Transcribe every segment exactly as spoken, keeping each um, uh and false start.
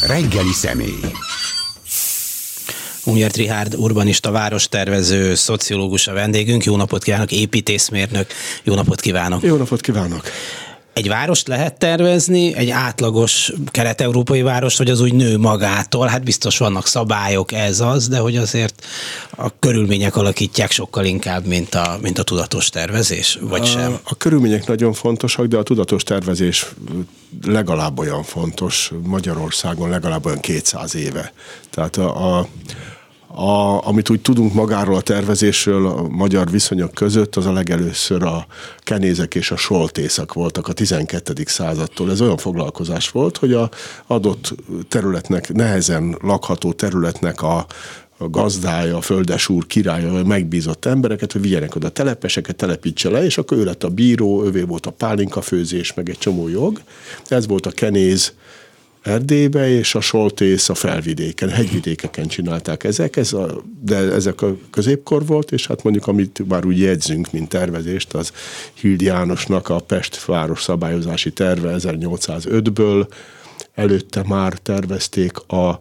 Reggeli személy. Ungert Richárd urbanista várostervező, szociológus a vendégünk. Jó napot kívánok, építészmérnök. Jó napot kívánok. Jó napot kívánok. Egy várost lehet tervezni, egy átlagos kelet-európai várost, vagy az úgy nő magától? Hát biztos vannak szabályok, ez az, de hogy azért a körülmények alakítják sokkal inkább, mint a, mint a tudatos tervezés, vagy a, sem? A körülmények nagyon fontosak, de a tudatos tervezés legalább olyan fontos, Magyarországon legalább olyan kétszáz éve. Tehát a, a A, amit úgy tudunk magáról a tervezésről a magyar viszonyok között, az a legelőször a kenézek és a soltészek voltak a tizenkettedik századtól. Ez olyan foglalkozás volt, hogy a adott területnek, nehezen lakható területnek a a gazdája, a földesúr, királya megbízott embereket, hogy vigyenek oda telepeseket, telepítse le, és akkor ő lett a bíró, ővé volt a pálinkafőzés, meg egy csomó jog. Ez volt a kenéz Erdélybe, és a soltész a felvidéken, hegyvidékeken csinálták ezek, ez a, de ezek a középkor volt, és hát mondjuk, amit már úgy jegyzünk, mint tervezést, az Hild Jánosnak a Pest város szabályozási terve ezernyolcszázötből, előtte már tervezték a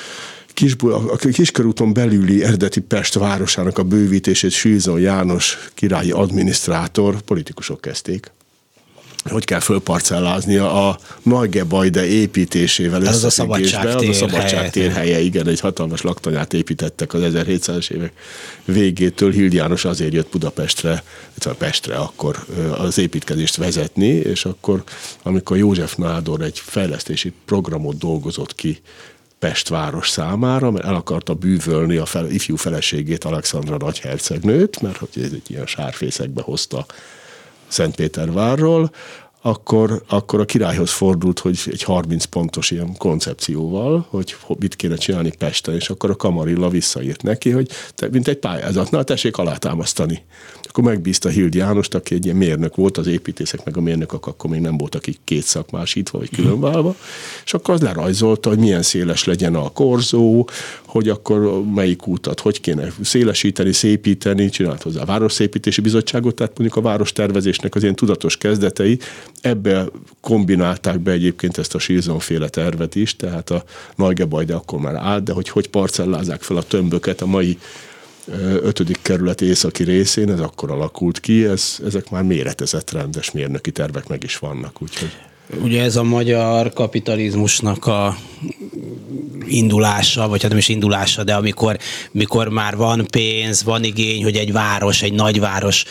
a Kiskörúton belüli eredeti Pest városának a bővítését, Süllyson János királyi adminisztrátor, politikusok kezdték. Hogy kell fölparcellázni a Nagygebajde építésével ez összefüggésben. Az a Szabadságtér helye, igen, egy hatalmas laktanyát építettek az ezerhétszázas évek végétől. Hild János azért jött Budapestre, illetve Pestre akkor az építkezést vezetni, és akkor, amikor József Nádor egy fejlesztési programot dolgozott ki Pest város számára, mert el akarta bűvölni a fel, ifjú feleségét, Alexandra nagyhercegnőt, mert hogy ez egy ilyen sárfészekbe hozta Szentpétervárról, akkor, akkor a királyhoz fordult, hogy egy harminc pontos ilyen koncepcióval, hogy mit kéne csinálni Pesten, és akkor a Kamarilla visszaírt neki, hogy te, mint egy pályázatnál tessék alátámasztani. Akkor megbízta Hild Jánost, aki egy ilyen mérnök volt, az építészek meg a mérnökök akkor még nem voltak így két szakmásítva, vagy különválva, és akkor az lerajzolta, hogy milyen széles legyen a korzó, hogy akkor melyik útat, hogy kéne szélesíteni, szépíteni, csinált hozzá a Városszépítési Bizottságot, tehát mondjuk a várostervezésnek az ilyen tudatos kezdetei, ebbe kombinálták be egyébként ezt a Süllyson-féle tervet is, tehát a Nagygebajde akkor már állt, de hogy hogy parcellázzák fel a tömböket a mai ötödik kerület északi részén, ez akkor alakult ki, ez, ezek már méretezett rendes mérnöki tervek meg is vannak, úgyhogy... Ugye ez a magyar kapitalizmusnak a indulása, vagy hát nem is indulása, de amikor mikor már van pénz, van igény, hogy egy város, egy nagyváros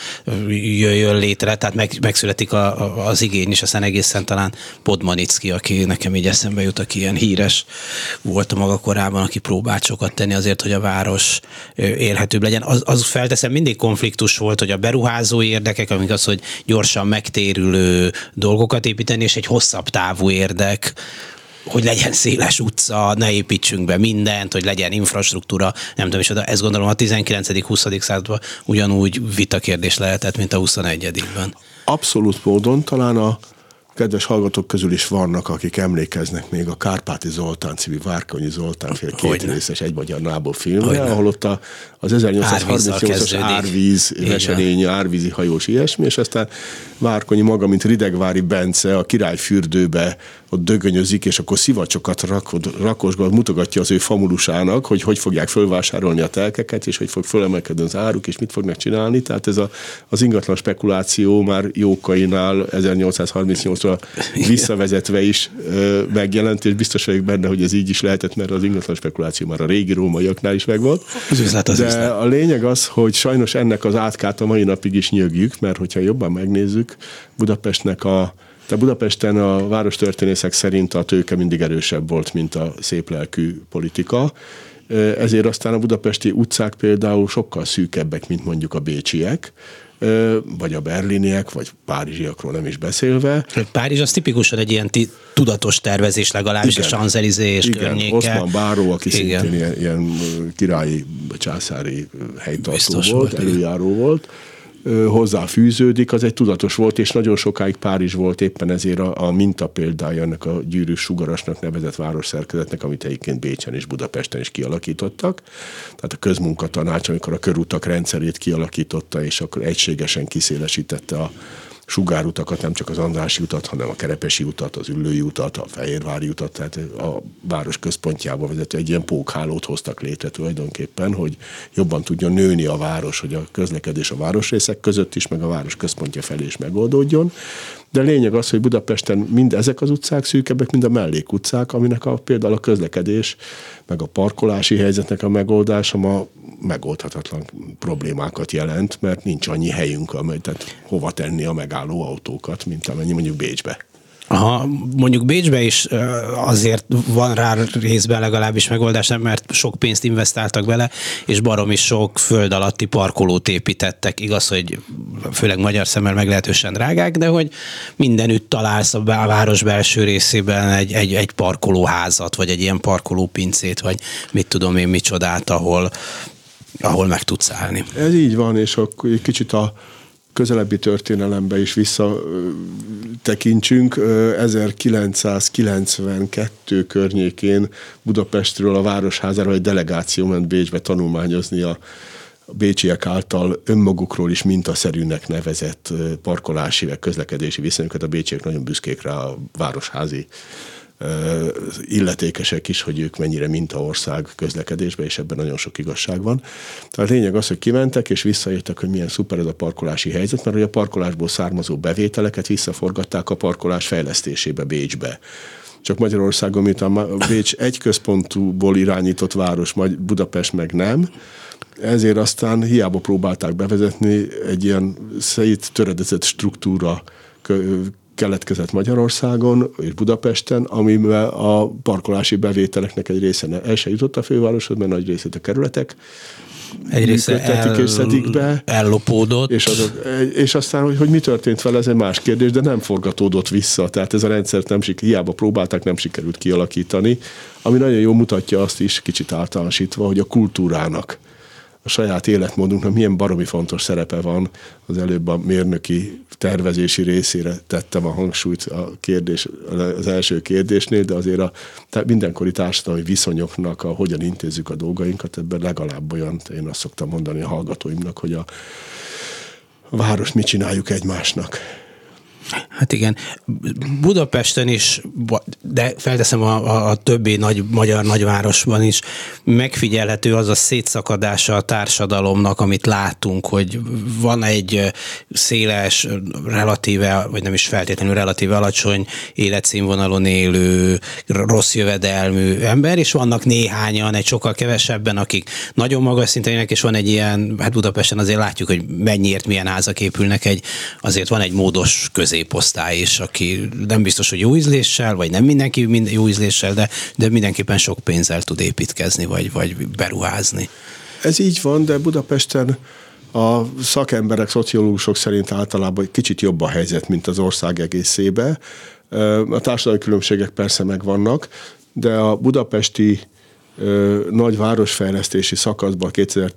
jöjjön létre, tehát meg, megszületik a, a, az igény, és aztán egészen talán Podmanicki, aki nekem így eszembe jut, aki ilyen híres volt a maga korában, aki próbált sokat tenni azért, hogy a város élhetőbb legyen. Az, az felteszem, mindig konfliktus volt, hogy a beruházói érdekek, amik az, hogy gyorsan megtérülő dolgokat építeni, és egy hosszabb távú érdek, hogy legyen széles utca, ne építsünk be mindent, hogy legyen infrastruktúra, nem tudom, és ezt gondolom a tizenkilencedik-huszadik században ugyanúgy vitakérdés lehetett, mint a huszonegyedikben. Abszolút módon talán a kedves hallgatók közül is vannak, akik emlékeznek még a Kárpáti Zoltán című Várkonyi Zoltán fél két részes Egy magyar nábor filmre, ahol ott a, az ezernyolcszázharmincnyolcas árvíz, veselényi, árvízi hajós ilyesmi, és aztán Várkonyi maga, mint Ridegvári Bence a királyfürdőbe ott dögönyözik, és akkor szivacsokat rakod, rakosgat, mutogatja az ő famulusának, hogy hogy fogják fölvásárolni a telkeket, és hogy fog fölemelkedni az áruk, és mit fognak csinálni. Tehát ez a, az ingatlan spekuláció már Jókainál ezernyolcszázharmincnyolcra visszavezetve is ö, megjelent, és biztos vagyok benne, hogy ez így is lehetett, mert az ingatlan spekuláció már a régi rómaiaknál is megvolt. De a lényeg az, hogy sajnos ennek az átkát a mai napig is nyögjük, mert hogyha jobban megnézzük, Budapestnek a De Budapesten a várostörténészek szerint a tőke mindig erősebb volt, mint a széplelkű politika. Ezért aztán a budapesti utcák például sokkal szűkebbek, mint mondjuk a bécsiek, vagy a berliniek, vagy párizsiakról nem is beszélve. Párizs az tipikusan egy ilyen t- tudatos tervezés, legalábbis igen, a Champs-Élysées és környéke. Oszmán báró, aki igen. szintén ilyen, ilyen királyi, császári helytartó Biztos volt, volt, előjáró volt, hozzáfűződik, az egy tudatos volt, és nagyon sokáig Párizs volt éppen ezért a, a mintapéldája ennek a gyűrűs sugarasnak nevezett városszerkezetnek, amit egyébként Bécsen és Budapesten is kialakítottak. Tehát a közmunkatanács, amikor a körutak rendszerét kialakította, és akkor egységesen kiszélesítette a sugárutakat, nem csak az Andrássy utat, hanem a Kerepesi utat, az Üllői utat, a Fehérvári utat, tehát a város központjába vezető egy ilyen pókhálót hoztak létre tulajdonképpen, hogy jobban tudjon nőni a város, hogy a közlekedés a városrészek között is, meg a város központja felé is megoldódjon. De lényeg az, hogy Budapesten mind ezek az utcák szűkebbek, mind a mellékutcák, aminek a, például a közlekedés, meg a parkolási helyzetnek a megoldása ma megoldhatatlan problémákat jelent, mert nincs annyi helyünk, amely, tehát hova tenni a megálló autókat, mint amennyi mondjuk Bécsbe. Aha, mondjuk Bécsbe is azért van rá részben legalábbis megoldás, mert sok pénzt investáltak bele, és baromi sok föld alatti parkolót építettek. Igaz, hogy főleg magyar szemmel meglehetősen drágák, de hogy mindenütt találsz a város belső részében egy, egy, egy parkolóházat, vagy egy ilyen parkolópincét, vagy mit tudom én micsodát, ahol, ahol meg tudsz állni. Ez így van, és akkor egy kicsit a közelebbi történelembe is visszatekintsünk. ezerkilencszázkilencvenkettő környékén Budapestről a Városházára egy delegáció ment Bécsbe tanulmányozni a bécsiek által önmagukról is mintaszerűnek nevezett parkolási vagy közlekedési viszonyokat. A bécsiek nagyon büszkék rá, a városházi illetékesek is, hogy ők mennyire mintaország közlekedésben, és ebben nagyon sok igazság van. Tehát a lényeg az, hogy kimentek, és visszajöttek, hogy milyen szuper ez a parkolási helyzet, mert hogy a parkolásból származó bevételeket visszaforgatták a parkolás fejlesztésébe Bécsbe. Csak Magyarországon, mint a Bécs egy központúból irányított város, Budapest meg nem, ezért aztán hiába próbálták bevezetni egy ilyen széttöredezett struktúra keletkezett Magyarországon és Budapesten, amivel a parkolási bevételeknek egy része el se jutott a fővároshoz, mert nagy részét a kerületek egy része el, és szedik be. Ellopódott. És, az, és aztán, hogy, hogy mi történt vele, ez egy más kérdés, de nem forgatódott vissza. Tehát ez a rendszert nem sikerült, hiába próbálták, nem sikerült kialakítani, ami nagyon jól mutatja azt is, kicsit általánosítva, hogy a kultúrának, a saját életmódunknak milyen baromi fontos szerepe van. Az előbb a mérnöki tervezési részére tettem a hangsúlyt a kérdés, az első kérdésnél, de azért a mindenkori társadalmi viszonyoknak, a hogyan intézzük a dolgainkat, ebben legalább olyan, én azt szoktam mondani a hallgatóimnak, hogy a várost mit csináljuk egymásnak. Hát igen, Budapesten is, de felteszem a, a, a többi nagy, magyar nagyvárosban is megfigyelhető az a szétszakadása a társadalomnak, amit látunk, hogy van egy széles, relatíve, vagy nem is feltétlenül relatíve alacsony életszínvonalon élő, rossz jövedelmű ember, és vannak néhányan, egy sokkal kevesebben, akik nagyon magas szinten élnek, és van egy ilyen, hát Budapesten azért látjuk, hogy mennyiért milyen házak épülnek, egy, azért van egy módos közé posztály is, aki nem biztos, hogy jó ízléssel, vagy nem mindenki minden jó ízléssel, de, de mindenképpen sok pénzzel tud építkezni, vagy, vagy beruházni. Ez így van, de Budapesten a szakemberek, szociológusok szerint általában egy kicsit jobb a helyzet, mint az ország egészébe. A társadalmi különbségek persze megvannak, de a budapesti nagy városfejlesztési szakaszban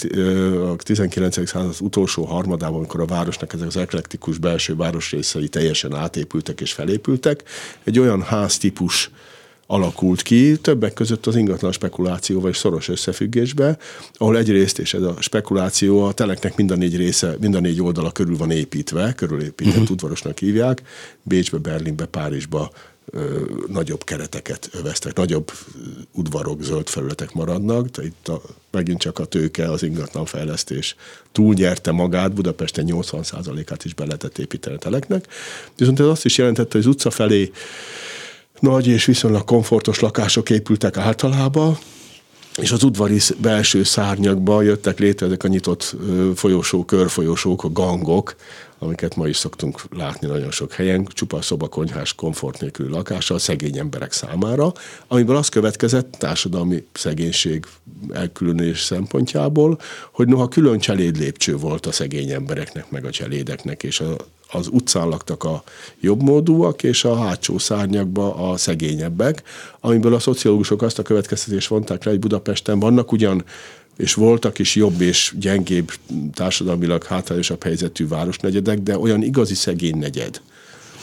a tizenkilencedik század utolsó harmadában, amikor a városnak ezek az eklektikus belső városrészei teljesen átépültek és felépültek, egy olyan háztípus alakult ki, többek között az ingatlan spekulációval és szoros összefüggésbe, ahol egyrészt, és ez a spekuláció a teleknek mind a négy része, mind a négy oldala körül van építve, körülépített uh-huh. udvarosnak hívják, Bécsbe, Berlinbe, Párizsba ö, nagyobb kereteket öveztek, nagyobb udvarok, zöld felületek maradnak, de itt a, megint csak a tőke, az ingatlanfejlesztés túlnyerte magát, Budapesten nyolcvan százalékát is be lehetett építeni a teleknek, viszont ez azt is jelentette, hogy az utca felé nagy és viszonylag komfortos lakások épültek általában, és az udvari belső szárnyakba jöttek létre ezek a nyitott folyosók, körfolyosók, a gangok, amiket ma is szoktunk látni nagyon sok helyen, csupa szobakonyhás, komfort nélküli lakással szegény emberek számára, amiből az következett társadalmi szegénység elkülönülés szempontjából, hogy noha külön cselédlépcső volt a szegény embereknek, meg a cselédeknek, és a az utcán laktak a jobbmódúak, és a hátsó szárnyakba a szegényebbek, amiből a szociológusok azt a következtetést vonták le, hogy Budapesten vannak ugyan, és voltak is jobb és gyengébb, társadalmilag hátrányosabb helyzetű városnegyedek, de olyan igazi szegény negyed,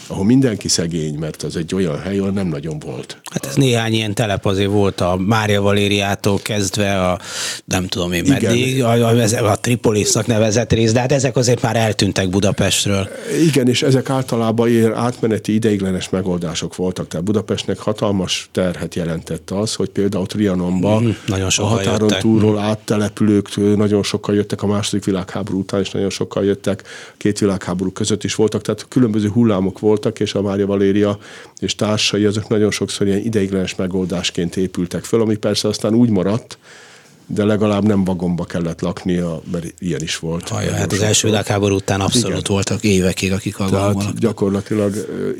ahol mindenki szegény, mert az egy olyan hely, ahol nem nagyon volt. Hát ez néhány ilyen telep azért volt, a Mária Valériától kezdve a nem tudom én meddig, a, a, a Tripolisnak nevezett rész, de hát ezek azért már eltűntek Budapestről. Igen, és ezek általában ilyen átmeneti ideiglenes megoldások voltak, tehát Budapestnek hatalmas terhet jelentett az, hogy például Trianonba mm, a határon jöttek. Túlról áttelepülők nagyon sokkal jöttek a második világháború után, és nagyon sokkal jöttek, két világháború között is voltak, tehát különböző hullámok voltak, és a Mária Valéria és társai azok nagyon sokszor ilyen ideiglenes megoldásként épültek föl, ami persze aztán úgy maradt, de legalább nem vagomba kellett laknia, mert ilyen is volt. Ajaj, hát az első világháború után abszolút igen. voltak évekig, akik vagomban laktak. Gyakorlatilag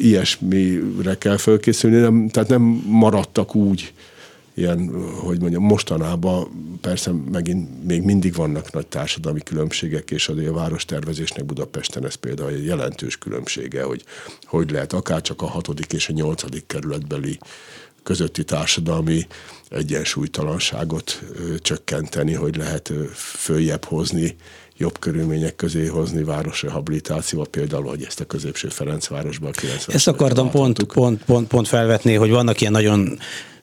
ilyesmire kell fölkészülni, nem, tehát nem maradtak úgy, ilyen, hogy mondjam, mostanában persze megint még mindig vannak nagy társadalmi különbségek, és azért a várostervezésnek Budapesten ez például egy jelentős különbsége, hogy hogy lehet akár csak a hatodik és a nyolcadik kerületbeli közötti társadalmi egyensúlytalanságot ö, csökkenteni, hogy lehet ö, följebb hozni, jobb körülmények közé hozni városrehabilitációval, például, hogy ezt a középső Ferencvárosban kilencvenes. Ezt akartam pont, pont, pont, pont felvetni, hogy vannak ilyen nagyon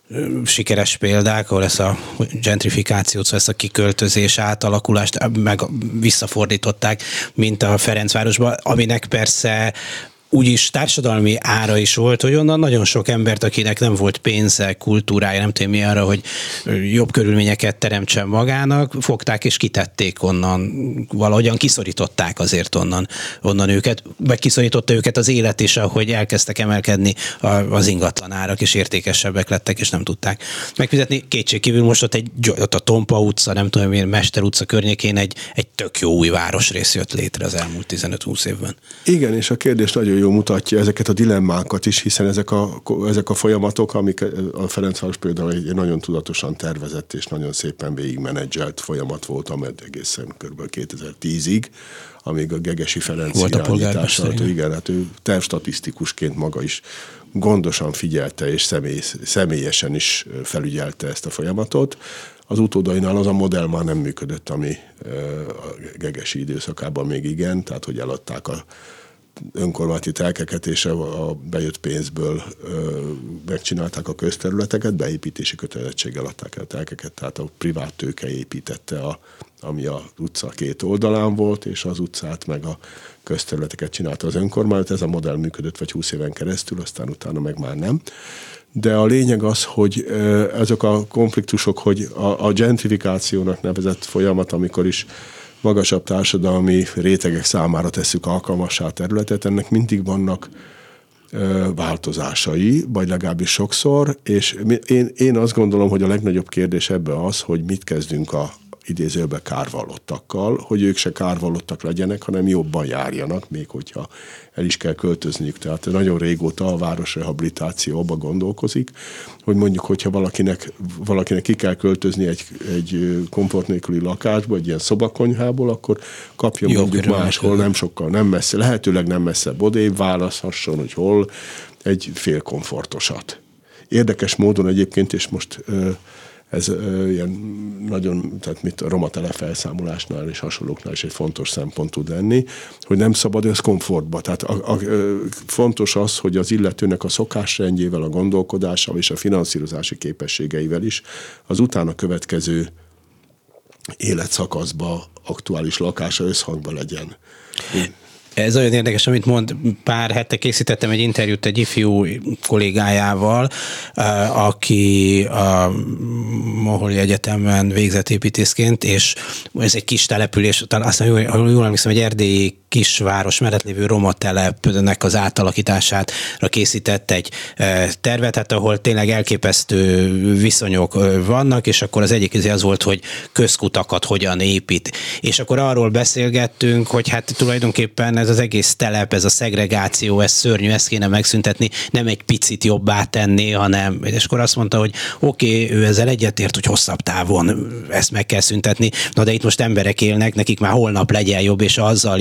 sikeres példák, ahol ezt a gentrifikációt, ezt a kiköltözés, átalakulást meg visszafordították, mint a Ferencvárosban, aminek persze úgyis társadalmi ára is volt, hogy onnan nagyon sok embert, akinek nem volt pénze, kultúrája, nem tudom mi arra, hogy jobb körülményeket teremtsen magának, fogták és kitették onnan, valahogyan kiszorították azért onnan, onnan őket, meg kiszorította őket az élet is, ahogy elkezdtek emelkedni az ingatlan árak, és értékesebbek lettek, és nem tudták megfizetni. Kétségkívül most ott, egy, ott a Tompa utca, nem tudom én, Mester utca környékén egy, egy tök jó új városrész jött létre az elmúlt tizenöt-húsz évben. Igen, és a kérdés nagyon jó mutatja ezeket a dilemmákat is, hiszen ezek a, ezek a folyamatok, amik a Ferencváros például egy nagyon tudatosan tervezett és nagyon szépen végigmenedzselt folyamat volt, amely egészen kb. kétezer-tízig, amíg a Gegesi Ferenc irányítása, igen, hát ő tervstatisztikusként maga is gondosan figyelte és személy, személyesen is felügyelte ezt a folyamatot. Az utódainál az a modell már nem működött, ami a Gegesi időszakában még igen, tehát hogy eladták a önkormányzati telkeket, és a, a bejött pénzből ö, megcsinálták a közterületeket, beépítési kötelezettséggel adták el a telkeket, tehát a privát tőke építette, a, ami az utca két oldalán volt, és az utcát meg a közterületeket csinálta az önkormányzat. Ez a modell működött vagy húsz éven keresztül, aztán utána meg már nem. De a lényeg az, hogy ezek a konfliktusok, hogy a, a gentrifikációnak nevezett folyamat, amikor is magasabb társadalmi rétegek számára tesszük alkalmassá a területet, ennek mindig vannak ö, változásai, vagy legalábbis sokszor, és én, én azt gondolom, hogy a legnagyobb kérdés ebben az, hogy mit kezdünk a idézőben kárvallottakkal, hogy ők se kárvallottak legyenek, hanem jobban járjanak, még hogyha el is kell költözniük. Tehát nagyon régóta a városrehabilitáció abba gondolkozik, hogy mondjuk, hogyha valakinek, valakinek ki kell költözni egy, egy komfort nélküli lakásba, egy ilyen szobakonyhából, akkor kapja jó, mondjuk máshol, nem sokkal, nem messze, lehetőleg nem messze odébb választhasson, hogy hol egy fél komfortosat. Érdekes módon egyébként, és most ez ö, ilyen nagyon, tehát mit a roma telefelszámolásnál és hasonlóknál is egy fontos szempont tud lenni, hogy nem szabad ez komfortba. Tehát a, a, ö, fontos az, hogy az illetőnek a szokásrendjével, a gondolkodásával és a finanszírozási képességeivel is az utána következő életszakaszba aktuális lakása összhangban legyen. Ez olyan érdekes, amit mond, pár hete készítettem egy interjút egy ifjú kollégájával, aki a Moholi Egyetemen végzett építészként, és ez egy kis település, talán azt mondja, jól, jól emlékszem, egy erdélyi kisváros mellett lévő roma telepnek az átalakítására készített egy tervet, hát ahol tényleg elképesztő viszonyok vannak, és akkor az egyik az volt, hogy közkutakat hogyan épít. És akkor arról beszélgettünk, hogy hát tulajdonképpen ez az egész telep, ez a szegregáció, ez szörnyű, ezt kéne megszüntetni, nem egy picit jobbá tenni, hanem, és akkor azt mondta, hogy oké, okay, ő ezzel egyetért, hogy hosszabb távon ezt meg kell szüntetni, na de itt most emberek élnek, nekik már holnap legyen jobb, és azzal jobb, hogy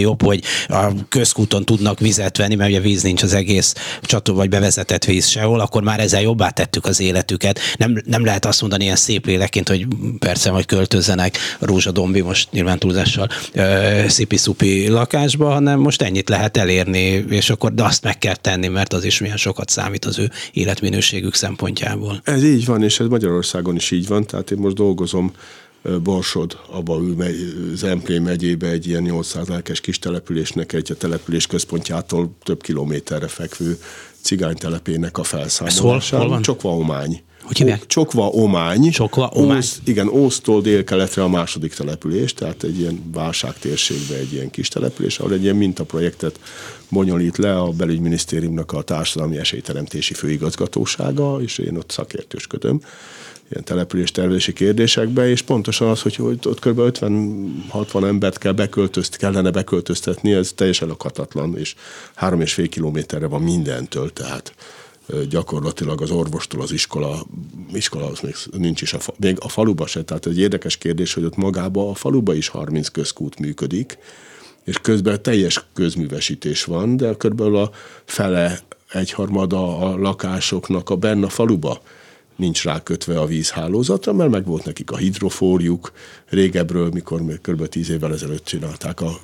a közkúton tudnak vizet venni, mert ugye víz nincs az egész csatorna, vagy bevezetett víz sehol, akkor már ezzel jobbá tettük az életüket. Nem, nem lehet azt mondani ilyen szép lélekként, hogy persze, hogy költözzenek Rózsadombi, most nyilván túlzással szipi-szupi lakásba, hanem most ennyit lehet elérni, és akkor de azt meg kell tenni, mert az is milyen sokat számít az ő életminőségük szempontjából. Ez így van, és ez Magyarországon is így van, tehát én most dolgozom Borsod, abba ül Zemplén megyébe egy ilyen nyolcszáz lelkes kis településnek, egy a település központjától több kilométerre fekvő cigánytelepének a felszámolásán. Hol, hol van? Csokva-Omány. Hogy hívják? Csokva-Omány. Csokva-Omány. Ósz, igen, Ósztól délkeletre a második település, tehát egy ilyen válságtérségben egy ilyen kis település, ahol egy ilyen mintaprojektet bonyolít le a belügyminisztériumnak a társadalmi esélyteremtési főigazgatósága, és én ott szakértősködöm ilyen településtervezési kérdésekbe, és pontosan az, hogy, hogy ott kb. ötven-hatvan embert kell beköltözt, kellene beköltöztetni, ez teljesen lakhatatlan, és három és fél kilométerre van mindentől, tehát gyakorlatilag az orvostól az iskola, iskola az még nincs is, a, még a faluba se, tehát egy érdekes kérdés, hogy ott magába a faluba is harminc közkút működik, és közben teljes közművesítés van, de körülbelül a fele, egyharmada a lakásoknak a benne a faluba nincs rákötve a vízhálózatra, mert meg volt nekik a hidrofórjuk régebről, mikor még kb. tíz évvel ezelőtt csinálták a,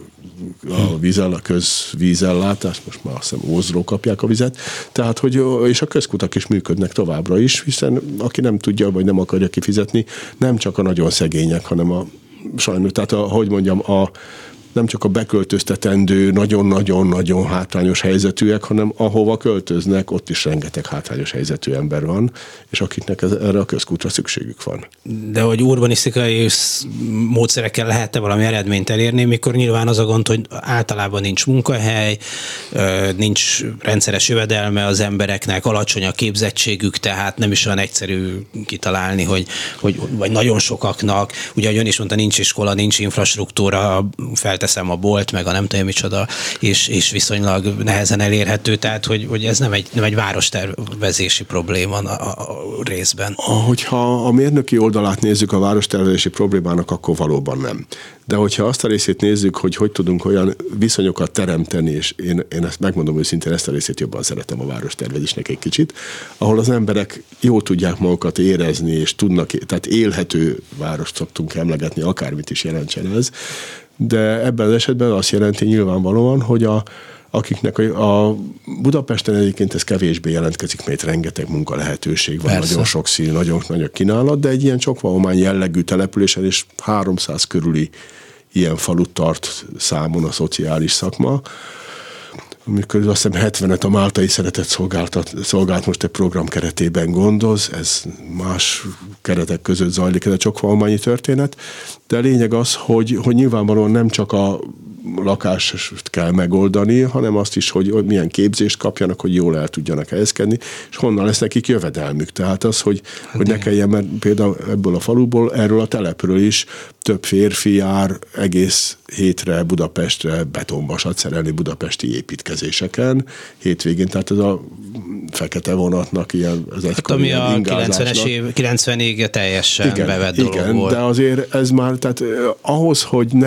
a, vízell, a közvízellátást, most már azt hiszem Ózról kapják a vizet, tehát, hogy, és a közkutak is működnek továbbra is, hiszen aki nem tudja, vagy nem akarja kifizetni, nem csak a nagyon szegények, hanem a sajnos, tehát a, hogy mondjam, a nem csak a beköltöztetendő, nagyon-nagyon-nagyon hátrányos helyzetűek, hanem ahova költöznek, ott is rengeteg hátrányos helyzetű ember van, és akiknek ez, erre a közkútra szükségük van. De hogy urbanisztikai módszerekkel lehet-e valami eredményt elérni, mikor nyilván az a gond, hogy általában nincs munkahely, nincs rendszeres jövedelme az embereknek, alacsony a képzettségük, tehát nem is olyan egyszerű kitalálni, hogy, hogy vagy nagyon sokaknak, ugye, ahogy ön is mondta, nincs iskola, nincs infrastruktúra, fel teszem a bolt, meg a nem tudom micsoda, és, és viszonylag nehezen elérhető, tehát hogy, hogy ez nem egy, nem egy várostervezési probléma a, a részben. Hogyha a mérnöki oldalát nézzük a várostervezési problémának, akkor valóban nem. De hogyha azt a részét nézzük, hogy hogy tudunk olyan viszonyokat teremteni, és én, én ezt megmondom őszintén, ezt a részét jobban szeretem a várostervezésnek egy kicsit, ahol az emberek jól tudják magukat érezni, és tudnak, tehát élhető várost szoktunk emlegetni, akármit is jelentsen ez, de ebben az esetben azt jelenti nyilvánvalóan, hogy a, akiknek a, a Budapesten egyébként ez kevésbé jelentkezik, mert rengeteg munka lehetőség van, Persze. nagyon sok szín, nagyon nagy kínálat, de egy ilyen Csokva-Omány jellegű településen is háromszáz körüli ilyen falut tart számon a szociális szakma, amikor azt hiszem hetvenet a Máltai Szeretett Szolgálat, szolgálat most egy program keretében gondoz, ez más keretek között zajlik ez a Csokva-Ományi történet, de a lényeg az, hogy, hogy nyilvánvalóan nem csak a lakást kell megoldani, hanem azt is, hogy milyen képzést kapjanak, hogy jól el tudjanak helyezkedni, és honnan lesz nekik jövedelmük. Tehát az, hogy, hát hogy ne kelljen, mert például ebből a faluból, erről a telepről is több férfi jár egész hétre Budapestre betonvasat szerelni budapesti építkezéseken hétvégén, tehát ez a fekete vonatnak ilyen, az egykor hát, ami a kilencvenes év, kilencvenig teljesen igen, bevett dolog igen, volt. De azért ez már, tehát ahhoz, hogy ne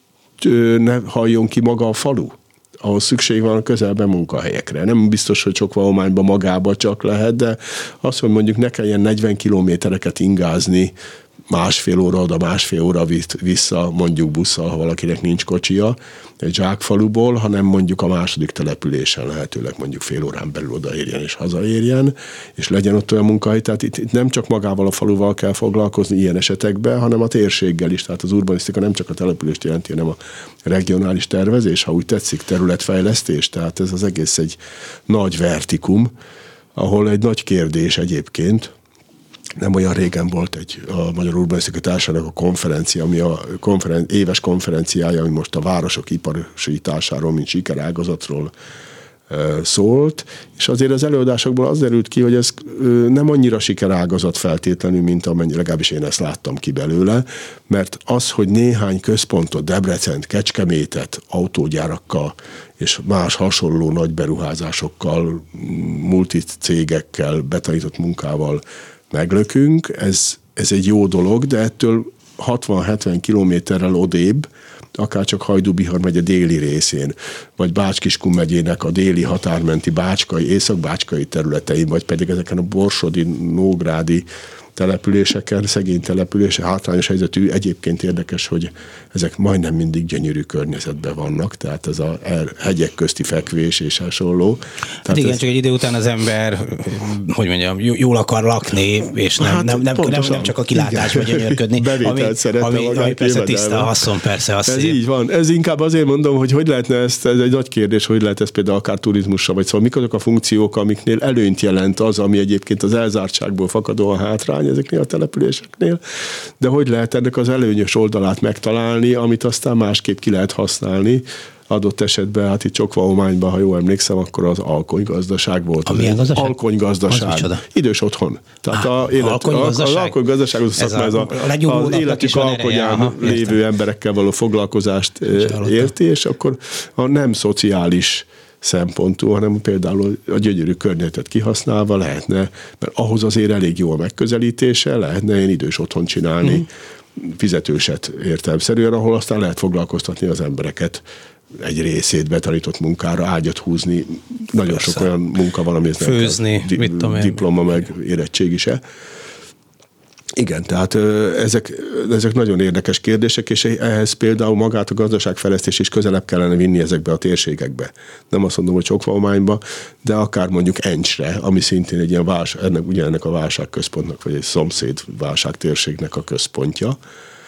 ne halljon ki maga a falu. Ahhoz szükség van a közelben munkahelyekre. Nem biztos, hogy Csokva-Ományban magába csak lehet, de az, hogy mondjuk ne kelljen negyven kilométereket ingázni másfél óra oda, másfél óra vissza, mondjuk busszal, ha valakinek nincs kocsia, egy zsákfaluból, hanem mondjuk a második településen lehetőleg mondjuk fél órán belül odaérjen és hazaérjen, és legyen ott olyan munkahely. Tehát itt, itt nem csak magával a faluval kell foglalkozni ilyen esetekben, hanem a térséggel is. Tehát az urbanisztika nem csak a települést jelenti, hanem a regionális tervezés, ha úgy tetszik, területfejlesztés. Tehát ez az egész egy nagy vertikum, ahol egy nagy kérdés egyébként, nem olyan régen volt egy a Magyar Urbanisztikai Társaságnak a konferencia, ami a konferen- éves konferenciája, ami most a városok iparosításáról, mint sikerágazatról e, szólt, és azért az előadásokból az derült ki, hogy ez e, nem annyira sikerágazat feltétlenül, mint amennyi, legalábbis én ezt láttam ki belőle, mert az, hogy néhány központot, Debrecent, Kecskemétet autógyárakkal és más hasonló nagy beruházásokkal, multicégekkel, betanított munkával meglökünk, ez, ez egy jó dolog, de ettől hatvan-hetven kilométerrel odébb akár csak Hajdú-Bihar megye déli részén, vagy Bács-Kiskun megyének a déli határmenti bácskai, észak-bácskai területein, vagy pedig ezeken a borsodi, nógrádi településeken, szegény települések, hátrányos helyzetű. Egyébként érdekes, hogy ezek majdnem mindig gyönyörű környezetben vannak, tehát ez a hegyek közti fekvés és hasonló. Hát igen, ez... csak egy idő után az ember, hogy mondjam, jól akar lakni, és nem, hát nem, nem, nem, nem csak a kilátásba gyönyörködni, ami, ami, ami persze tiszta haszon, persze azt Ez szép. így van. Ez inkább azért mondom, hogy hogy lehetne ezt, ez egy nagy kérdés, hogy lehet ezt például akár turizmussal, vagy szóval mik azok a funkciók, amiknél előnyt jelent az, ami egyébként az elzártságból fakadóan hátrány ezeknél a településeknél, de hogy lehet ennek az előnyös oldalát megtalálni, amit aztán másképp ki lehet használni. Adott esetben, hát itt Csokva-Ományban, ha jól emlékszem, akkor az alkonygazdaság volt. A milyen gazdaság? Alkonygazdaság. Idős otthon. Tehát Á, a élet, alkonygazdaság? Az alkonygazdaság az, ez a, ez a, a, az életük alkonyán aha, lévő emberekkel való foglalkozást érti, és akkor a nem szociális szempontú, hanem például a gyönyörű környezetet kihasználva lehetne, mert ahhoz azért elég jó a megközelítése, lehetne ilyen idős otthon csinálni, mm. fizetőset értelemszerűen, ahol aztán lehet foglalkoztatni az embereket egy részét betanított munkára, ágyat húzni, nagyon persze. Sok olyan munka van, ami főzni, di- mit tudom én. Diploma meg érettség se. Igen, tehát ezek, ezek nagyon érdekes kérdések, és ehhez például magát a gazdaságfejlesztés is közelebb kellene vinni ezekbe a térségekbe. Nem azt mondom, hogy Csokva-Ományba, de akár mondjuk Encsre, ami szintén egy ilyen válság, ennek, ugye ennek a válságközpontnak, vagy egy szomszéd válságtérségnek a központja.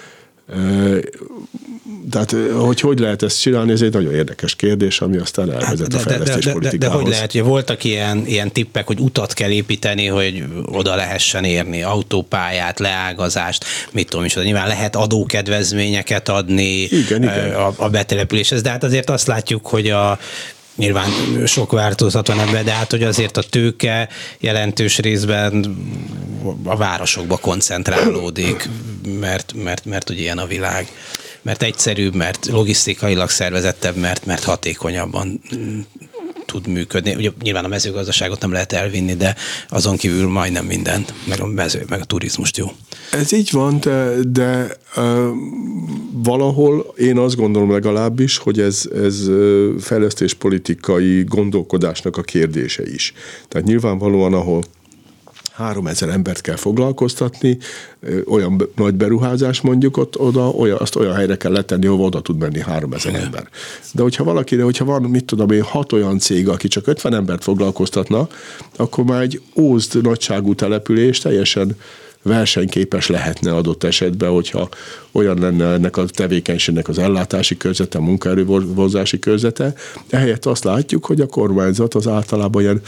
Tehát, hogy hogy lehet ezt csinálni, ez egy nagyon érdekes kérdés, ami aztán elvezet a fejlesztéspolitikához. De, de, de, de, de hogy lehet, hogy voltak ilyen, ilyen tippek, hogy utat kell építeni, hogy oda lehessen érni, autópályát, leágazást, mit tudom is, nyilván lehet adókedvezményeket adni igen, igen. A, a betelepüléshez, de hát azért azt látjuk, hogy a nyilván sok változat van ebben, de hát, hogy azért a tőke jelentős részben a városokba koncentrálódik, mert, mert, mert ugye ilyen a világ. Mert egyszerűbb, mert logisztikailag szervezettebb, mert, mert hatékonyabban tud működni. Ugye nyilván a mezőgazdaságot nem lehet elvinni, de azon kívül majdnem mindent, meg a mező, meg a turizmust jó. Ez így van, de, de uh, valahol én azt gondolom legalábbis, hogy ez, ez fejlesztéspolitikai gondolkodásnak a kérdése is. Tehát nyilvánvalóan, ahol háromezer embert kell foglalkoztatni, olyan nagy beruházás mondjuk ott oda, olyan, azt olyan helyre kell letenni, ahol oda tud menni háromezer ember. De hogyha valakire, hogyha van, mit tudom én, hat olyan cég, aki csak ötven embert foglalkoztatna, akkor már egy ózd nagyságú település teljesen versenyképes lehetne adott esetben, hogyha olyan lenne ennek a tevékenységnek az ellátási körzete, a munkaerővozási körzete. Ehelyett azt látjuk, hogy a kormányzat az általában ilyen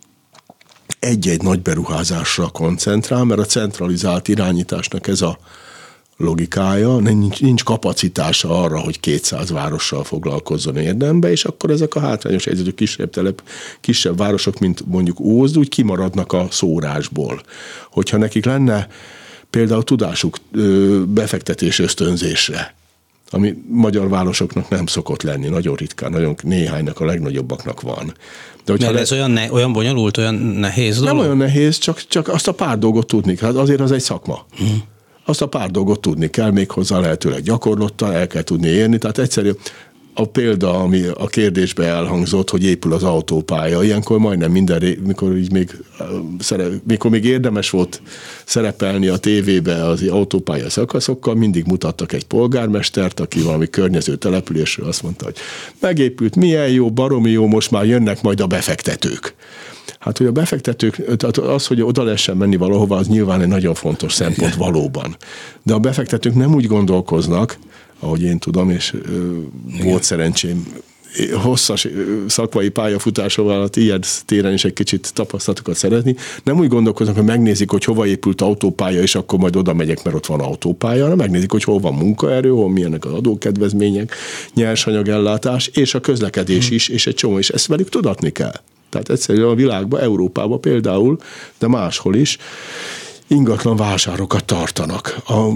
egy-egy nagy beruházásra koncentrál, mert a centralizált irányításnak ez a logikája, nincs, nincs kapacitása arra, hogy kétszáz várossal foglalkozzon érdembe, és akkor ezek a hátrányos helyzetű kisebb telep, kisebb városok, mint mondjuk Ózd, úgy kimaradnak a szórásból. Hogyha nekik lenne például tudásuk befektetés ösztönzésre, ami magyar városoknak nem szokott lenni, nagyon ritkán, nagyon néhánynak, a legnagyobbaknak van. De Mert le... ez olyan, ne, olyan bonyolult, olyan nehéz dolog? Nem olyan nehéz, csak, csak azt a pár dolgot tudni kell. Hát azért az egy szakma. Hmm. Azt a pár dolgot tudni kell, még hozzá lehetőleg gyakorlottan, el kell tudni érni. Tehát egyszerűen a példa, ami a kérdésbe elhangzott, hogy épül az autópálya, ilyenkor majdnem minden, mikor, így még, mikor még érdemes volt szerepelni a tévébe az autópálya szakaszokkal, mindig mutattak egy polgármestert, aki valami környező településről azt mondta, hogy megépült, milyen jó, baromi jó, most már jönnek majd a befektetők. Hát, hogy a befektetők, tehát az, hogy oda lehessen menni valahova, az nyilván egy nagyon fontos szempont valóban. De a befektetők nem úgy gondolkoznak, ahogy én tudom, és ö, volt szerencsém hosszas szakmai pályafutásom alatt ilyen téren is egy kicsit tapasztalatokat szeretni. Nem úgy gondolkoznak, hogy megnézik, hogy hova épült autópálya, és akkor majd oda megyek, mert ott van autópálya, hanem megnézik, hogy hol van munkaerő, hol milyenek az adókedvezmények, nyersanyagellátás, és a közlekedés is, és egy csomó, és ezt velük tudatni kell. Tehát egyszerűen a világban, Európában például, de máshol is, ingatlan vásárokat tartanak. A,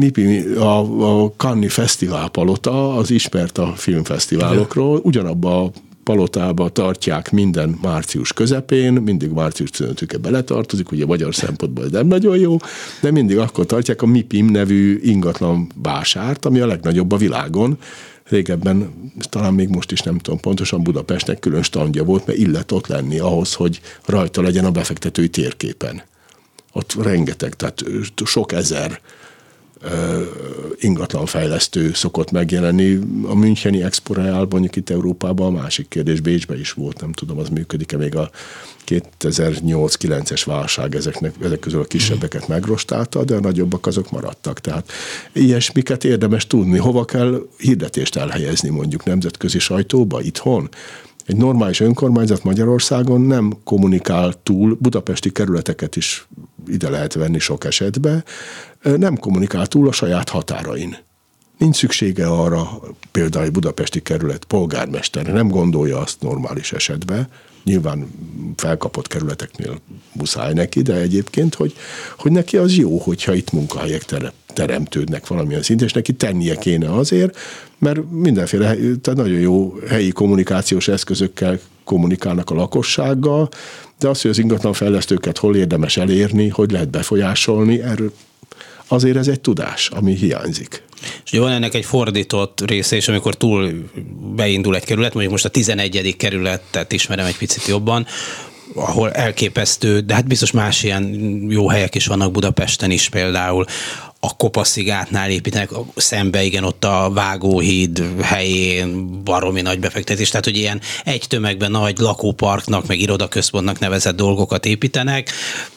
a, a Cannes Fesztivál palota az ismert a filmfesztiválokról, ugyanabba a palotába tartják minden március közepén, mindig március tizenötödike beletartozik, ugye magyar szempontból nem nagyon jó, de mindig akkor tartják a MIPIM nevű ingatlan vásárt, ami a legnagyobb a világon, régebben, talán még most is nem tudom pontosan, Budapestnek külön standja volt, mert illet ott lenni ahhoz, hogy rajta legyen a befektetői térképen. Ott rengeteg, tehát sok ezer uh, ingatlanfejlesztő szokott megjelenni. A Müncheni Expo Real, mondjuk itt Európában, a másik kérdés, Bécsben is volt, nem tudom, az működik-e még a kétezer-nyolc kilences válság ezeknek, ezek közül a kisebbeket megrostálta, de a nagyobbak azok maradtak. Tehát ilyesmiket érdemes tudni. Hova kell hirdetést elhelyezni, mondjuk nemzetközi sajtóba, itthon? Egy normális önkormányzat Magyarországon nem kommunikál túl, budapesti kerületeket is ide lehet venni sok esetben, nem kommunikál túl a saját határain. Nincs szüksége arra, például egy budapesti kerület polgármestere nem gondolja azt normális esetben, nyilván felkapott kerületeknél muszáj neki, de egyébként, hogy, hogy neki az jó, hogyha itt munkahelyek teremtődnek valamilyen szinten, és neki tennie kéne azért, mert mindenféle, tehát nagyon jó helyi kommunikációs eszközökkel kommunikálnak a lakossággal, de az, hogy az ingatlanfejlesztőket hol érdemes elérni, hogy lehet befolyásolni, erről azért ez egy tudás, ami hiányzik. És ugye van ennek egy fordított része is, amikor túl beindul egy kerület, mondjuk most a tizenegyedik kerületet ismerem egy picit jobban, ahol elképesztő, de hát biztos más ilyen jó helyek is vannak Budapesten is például, a Kopaszigátnál építenek, szembe igen, ott a Vágóhíd helyén baromi nagy befektetés, tehát hogy ilyen egy tömegben nagy lakóparknak, meg irodaközpontnak nevezett dolgokat építenek,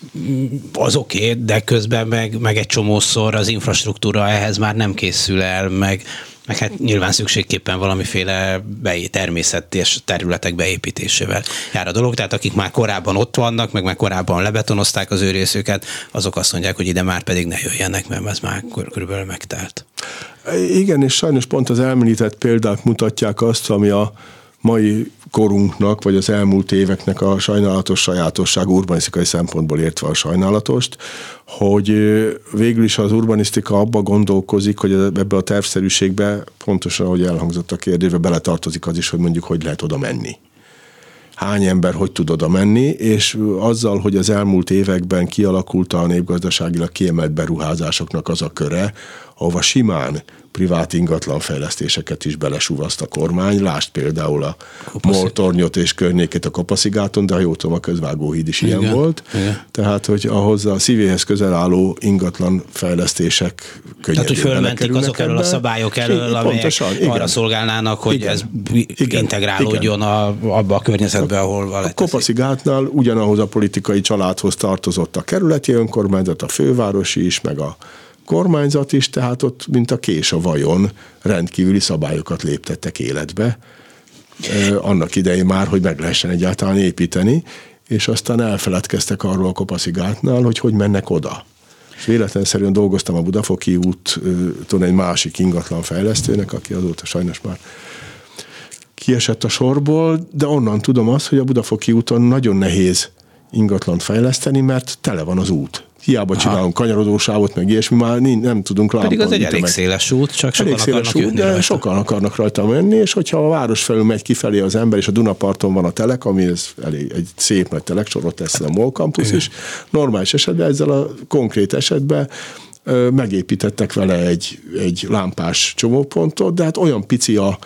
az oké, okay, de közben meg, meg egy csomószor az infrastruktúra ehhez már nem készül el, meg meg hát nyilván szükségképpen valamiféle természetes területek beépítésével jár a dolog. Tehát akik már korábban ott vannak, meg már korábban lebetonozták az ő részüket, azok azt mondják, hogy ide már pedig ne jöjjenek, mert ez már körülbelül megtelt. Igen, és sajnos pont az említett példák mutatják azt, ami a mai korunknak, vagy az elmúlt éveknek a sajnálatos sajátosság, urbanisztikai szempontból értve a sajnálatost, hogy végül is az urbanisztika abba gondolkozik, hogy ebbe a tervszerűségbe, pontosan ahogy elhangzott a kérdésbe, beletartozik az is, hogy mondjuk hogy lehet oda menni. Hány ember hogy tud oda menni, és azzal, hogy az elmúlt években kialakult a népgazdaságilag kiemelt beruházásoknak az a köre, ahova simán privát ingatlanfejlesztéseket is belesúvaszt a kormány. Lásd például a Moltornyot és környékét a Kopaszigáton, de ha jól tudom, a Közvágóhíd is igen, ilyen volt. Igen. Tehát, hogy ahhoz a szívéhez közel álló ingatlanfejlesztések könnyedén Tehát, hogy fölmentik azok elől a szabályok elől, amelyek pontosan, arra igen. szolgálnának, hogy igen. ez igen. integrálódjon igen. A, abba a környezetbe, ahol van. A Kopaszigátnál ugyanahoz a politikai családhoz tartozott a kerületi önkormányzat, a fővárosi is, meg a kormányzat is, tehát ott, mint a kés a vajon, rendkívüli szabályokat léptettek életbe. Annak idején már, hogy meg lehessen egyáltalán építeni, és aztán elfeledkeztek arról a Kopaszigátnál, hogy hogy mennek oda. És véletlenszerűen dolgoztam a Budafoki úton egy másik ingatlanfejlesztőnek, aki azóta sajnos már kiesett a sorból, de onnan tudom azt, hogy a Budafoki úton nagyon nehéz ingatlant fejleszteni, mert tele van az út. Hiába Aha. csinálunk kanyarodósávot, meg ilyesmi, már nem, nem tudunk lámpon. Pedig az egy elég meg. széles út, csak sokan akarnak út, jönni de rajta. sokan akarnak rajta menni, és hogyha a város felül megy kifelé az ember, és a Dunaparton van a telek, ami ez elég, egy szép nagy teleksorot tesz a MOL Campus is, normális esetben ezzel a konkrét esetben ö, megépítettek vele egy, egy lámpás csomópontot, de hát olyan pici a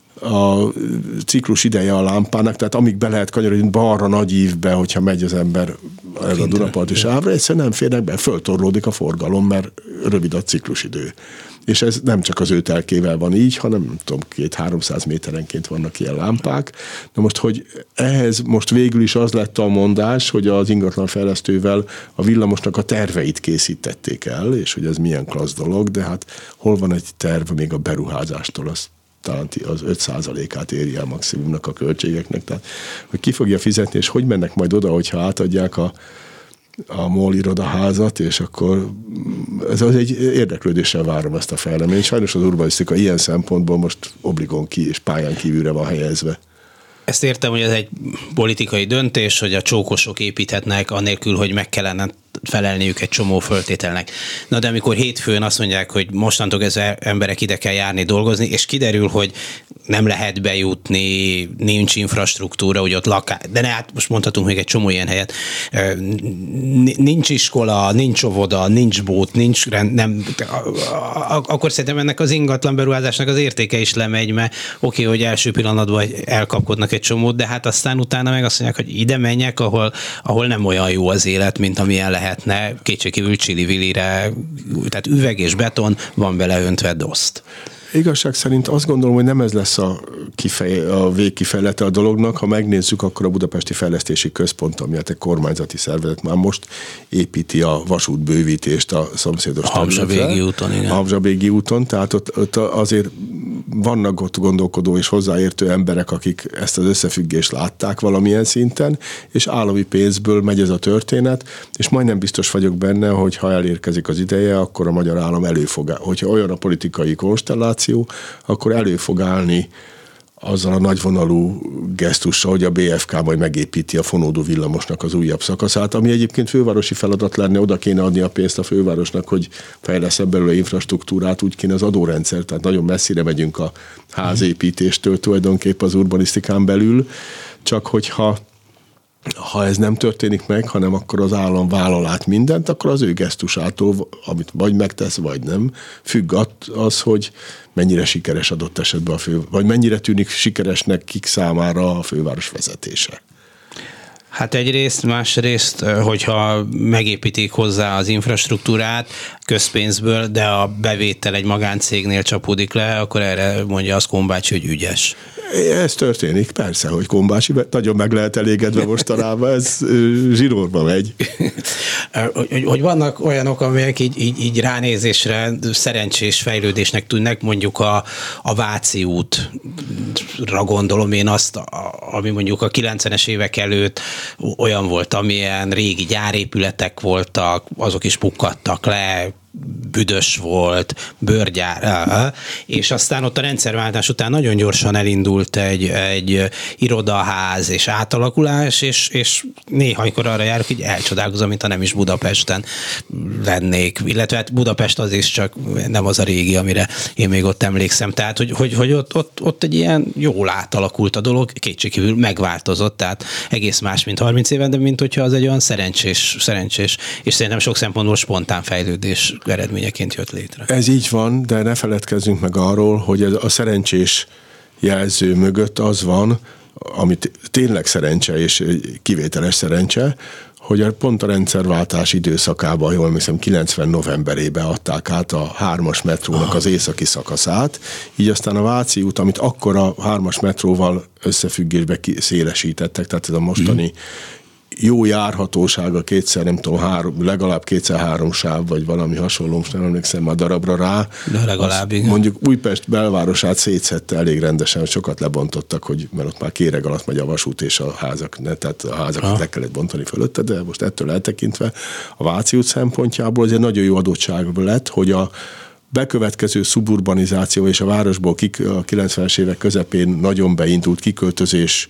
a ciklus ideje a lámpának, tehát amíg be lehet kanyarodni balra nagy ívbe, hogyha megy az ember ez a Dunaparti sávra, egyszerűen nem férnek be, föltorlódik a forgalom, mert rövid a ciklusidő. És ez nem csak az ő telkével van így, hanem nem tudom, két-háromszáz méterenként vannak ilyen lámpák. Na most, hogy ehhez most végül is az lett a mondás, hogy az ingatlanfejlesztővel a villamosnak a terveit készítették el, és hogy ez milyen klassz dolog, de hát hol van egy terv még a beruházástól, az talán az öt százalékát éri el maximumnak a költségeknek, tehát hogy ki fogja fizetni, és hogy mennek majd oda, hogyha átadják a, a MOL irodaházat, és akkor ez az egy érdeklődéssel várom ezt a fejleményt. Sajnos az urbanisztika ilyen szempontból most obligon ki és pályán kívülre van helyezve. Ezt értem, hogy ez egy politikai döntés, hogy a csókosok építhetnek, anélkül, hogy meg kellene felelniük egy csomó föltételnek. Na de amikor hétfőn azt mondják, hogy mostantól ez emberek ide kell járni dolgozni, és kiderül, hogy nem lehet bejutni, nincs infrastruktúra, hogy ott lakás, de ne, hát most mondhatunk még egy csomó ilyen helyet, nincs iskola, nincs óvoda, nincs bót, nincs rend, nem, akkor szerintem ennek az ingatlan beruházásnak az értéke is lemegy, mert oké, okay, hogy első pillanatban elkapkodnak egy csomót, de hát aztán utána meg azt mondják, hogy ide menjek, ahol, ahol nem olyan jó az élet, mint amilyen lehetne, kétségkívül csili-vilire, tehát üveg és beton, van bele öntve doszt. Igazság szerint azt gondolom, hogy nem ez lesz a, kifej, a végkifejlete a dolognak. Ha megnézzük, akkor a Budapesti Fejlesztési Központ, ami egy kormányzati szervezet, már most építi a vasútbővítést a szomszédos területre. Habzsa-Bégi úton, igen. Habzsa-Bégi úton, tehát ott, ott azért vannak ott gondolkodó és hozzáértő emberek, akik ezt az összefüggést látták valamilyen szinten, és állami pénzből megy ez a történet, és majdnem biztos vagyok benne, hogy ha elérkezik az ideje, akkor a magyar állam elő fog állni. Hogyha olyan a politikai konstelláció, akkor elő fog állni azzal a nagyvonalú gesztussal, hogy a bé ef ká majd megépíti a fonódó villamosnak az újabb szakaszát, ami egyébként fővárosi feladat lenne, oda kéne adni a pénzt a fővárosnak, hogy fejlesz belőle infrastruktúrát, úgy kéne az adórendszer, tehát nagyon messzire megyünk a házépítéstől tulajdonképpen az urbanisztikán belül, csak hogyha ha ez nem történik meg, hanem akkor az állam vállal át mindent, akkor az ő gesztusától, amit vagy megtesz, vagy nem, függ az, hogy mennyire sikeres adott esetben a fő, vagy mennyire tűnik sikeresnek kik számára a főváros vezetése. Hát egyrészt, másrészt, hogyha megépítik hozzá az infrastruktúrát közpénzből, de a bevétel egy magáncégnél csapódik le, akkor erre mondja az Kombácsi, hogy ügyes. Ez történik, persze, hogy Kombácsi nagyon meg lehet elégedve mostanában, ez zsinórba megy. hogy, hogy vannak olyanok, amelyek így, így, így ránézésre szerencsés fejlődésnek tűnnek, mondjuk a, a Váci útra gondolom én azt, ami mondjuk a kilencvenes évek előtt olyan volt, amilyen régi gyárépületek voltak, azok is pukkadtak le, büdös volt, bőrgyár, és aztán ott a rendszerváltás után nagyon gyorsan elindult egy, egy irodaház és átalakulás, és, és néha, amikor arra járok, így elcsodálkozom, mint ha nem is Budapesten lennék, illetve hát Budapest az is, csak nem az a régi, amire én még ott emlékszem. Tehát, hogy, hogy, hogy ott, ott, ott egy ilyen jól átalakult a dolog, kétségkívül megváltozott, tehát egész más, mint harminc éven, de mint hogyha az egy olyan szerencsés, szerencsés és szerintem sok szempontból spontán fejlődés eredményeként jött létre. Ez így van, de ne feledkezzünk meg arról, hogy ez a szerencsés jelző mögött az van, amit tényleg szerencse és kivételes szerencse, hogy pont a rendszerváltás időszakában, jól emlékszem, kilencven novemberében adták át a hármas metrónak az északi szakaszát, így aztán a Váci út, amit akkor a hármas metróval összefüggésbe szélesítettek, tehát ez a mostani mm. jó járhatósága kétszer, nem tudom, három, legalább kétszer-három sáv, vagy valami hasonló, most nem emlékszem a darabra rá. De legalább, igen. Mondjuk Újpest belvárosát szétszette elég rendesen, sokat lebontottak, hogy, mert ott már kéreg alatt megy a vasút és a házak, ne, tehát a házakat le kellett bontani fölötte, de most ettől eltekintve a Váci út szempontjából ez egy nagyon jó adottság lett, hogy a bekövetkező szuburbanizáció és a városból a kilencvenes évek közepén nagyon beindult kiköltözés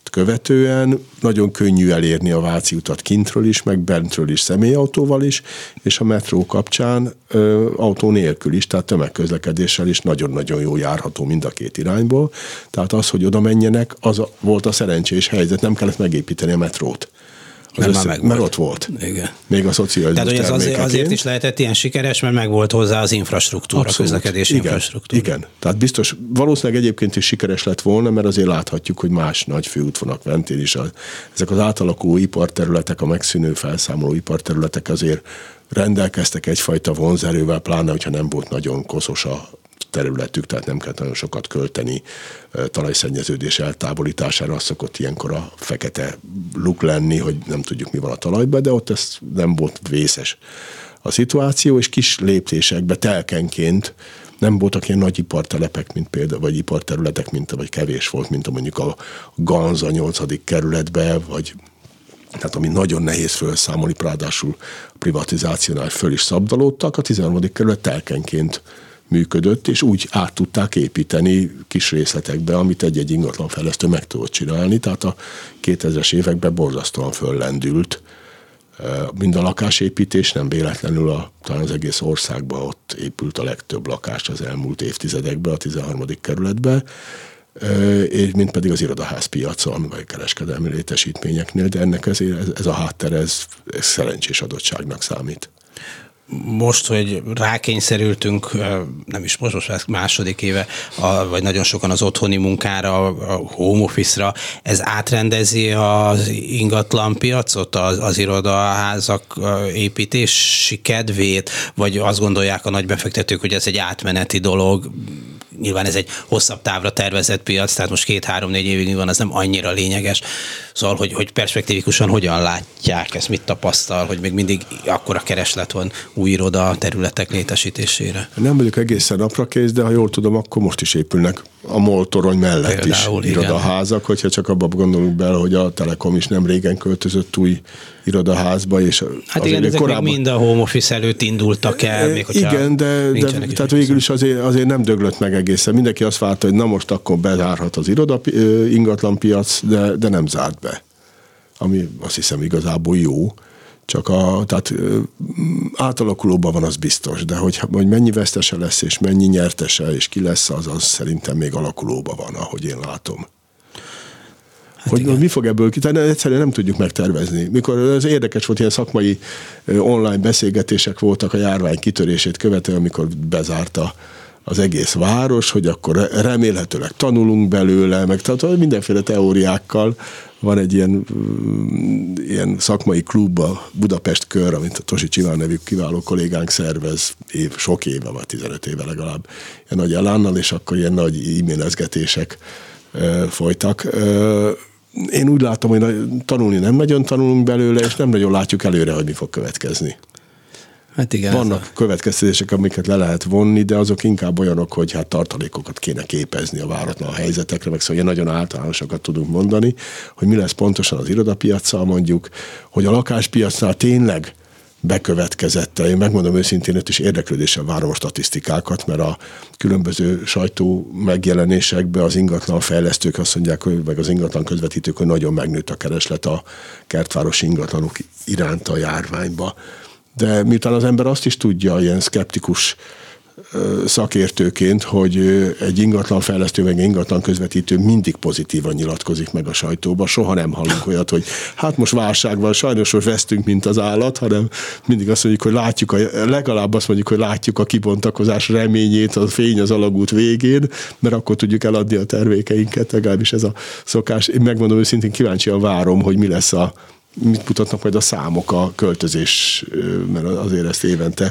követően nagyon könnyű elérni a Váci utat kintről is, meg bentről is személyautóval is, és a metró kapcsán ö, autó nélkül is, tehát tömegközlekedéssel is nagyon-nagyon jó járható mind a két irányból. Tehát az, hogy oda menjenek, az a, volt a szerencsés helyzet, nem kellett megépíteni a metrót. Az össze, mert volt. ott volt. Igen. Még a szocializmus Tehát, hogy ez azért, azért is lehetett ilyen sikeres, mert meg volt hozzá az infrastruktúra, abszolút. Közlekedési igen, infrastruktúra. Igen, tehát biztos, valószínűleg egyébként is sikeres lett volna, mert azért láthatjuk, hogy más nagy főútvonalak mentén is a, ezek az átalakuló iparterületek, a megszűnő felszámoló iparterületek azért rendelkeztek egyfajta vonzerővel, pláne, hogyha nem volt nagyon koszos a területük, tehát nem kellett nagyon sokat költeni talajszennyeződés eltávolítására, az szokott ilyenkor a fekete luk lenni, hogy nem tudjuk, mi van a talajban, de ott ez nem volt vészes a szituáció, és kis léptésekbe telkenként nem voltak ilyen nagy ipartelepek, mint például, vagy iparterületek, mint, vagy kevés volt, mint a mondjuk a Ganza nyolcadik kerületbe, vagy tehát ami nagyon nehéz felszámolni, ráadásul a privatizációnál föl is szabdalódtak, a tizenharmadik kerület telkenként működött, és úgy át tudták építeni kis részletekbe, amit egy-egy ingatlanfejlesztő meg tudott csinálni, tehát a kétezres években borzasztóan föllendült. Mind a lakásépítés, nem véletlenül a, talán az egész országban ott épült a legtöbb lakás az elmúlt évtizedekben, a tizenharmadik kerületben. és mint pedig az irodaházpiacon, vagy kereskedelmi létesítményeknél, de ennek ez, ez a háttere, ez, ez szerencsés adottságnak számít. Most, hogy rákényszerültünk, nem is most, most második éve, a, vagy nagyon sokan az otthoni munkára, a home office-ra, ez átrendezi az ingatlanpiacot, az, az irodaházak építési kedvét, vagy azt gondolják a nagybefektetők, hogy ez egy átmeneti dolog? Nyilván ez egy hosszabb távra tervezett piac, tehát most két-három-négy évig van, az nem annyira lényeges. Szóval, hogy, hogy perspektívikusan hogyan látják ezt, mit tapasztal, hogy még mindig akkora kereslet van új iroda területek létesítésére? Nem vagyok egészen napra kész, de ha jól tudom, akkor most is épülnek a MOL torony mellett Például, is irodaházak, hogyha csak abba gondolunk bele, hogy a Telekom is nem régen költözött új irodaházba. És hát igen, ezek korábban... még mind a home office előtt indultak el. Még igen, de, de tehát végül is azért, azért nem döglött meg egészen. Mindenki azt várta, hogy na most akkor bezárhat az iroda, ingatlanpiac, de, de nem zárt be. Ami azt hiszem igazából jó. Csak a, tehát átalakulóban van, az biztos, de hogy, hogy mennyi vesztese lesz, és mennyi nyertese, és ki lesz, az, az szerintem még alakulóban van, ahogy én látom. Hát hogy igen. Mi fog ebből ki? Tehát egyszerűen nem tudjuk megtervezni. Mikor az érdekes volt, ilyen szakmai online beszélgetések voltak a járvány kitörését követően, amikor bezárta az egész város, hogy akkor remélhetőleg tanulunk belőle, meg tehát mindenféle teóriákkal. Van egy ilyen, ilyen szakmai klub, a Budapest Kör, amit a Tosi Csiván nevű kiváló kollégánk szervez év, sok éve, vagy tizenöt éve legalább, ilyen nagy elánnal, és akkor ilyen nagy e-mailezgetések e, folytak. E, én úgy látom, hogy tanulni nem nagyon tanulunk belőle, és nem nagyon látjuk előre, hogy mi fog következni. Hát igen, vannak a... következtetések, amiket le lehet vonni, de azok inkább olyanok, hogy hát tartalékokat kéne képezni a váratlan helyzetekre, meg szóval nagyon általánosakat tudunk mondani, hogy mi lesz pontosan az irodapiaccal mondjuk, hogy a lakáspiacnál tényleg bekövetkezett. Én megmondom őszintén, hogy is érdeklődéssel várom a statisztikákat, mert a különböző sajtó megjelenésekben az ingatlan fejlesztők azt mondják, hogy, meg az ingatlan közvetítők, hogy nagyon megnőtt a kereslet a kertvárosi ingatlanok iránt a járványba. De miután az ember azt is tudja, ilyen szkeptikus szakértőként, hogy egy ingatlan fejlesztő, meg egy ingatlan közvetítő mindig pozitívan nyilatkozik meg a sajtóba. Soha nem hallunk olyat, hogy hát most válság van, sajnos most vesztünk, mint az állat, hanem mindig azt mondjuk, hogy látjuk, a, legalább azt mondjuk, hogy látjuk a kibontakozás reményét, a fény az alagút végén, mert akkor tudjuk eladni a termékeinket, legalábbis ez a szokás. Én megmondom őszintén, kíváncsian várom, hogy mi lesz a mit mutatnak majd a számok a költözés, mert azért ezt évente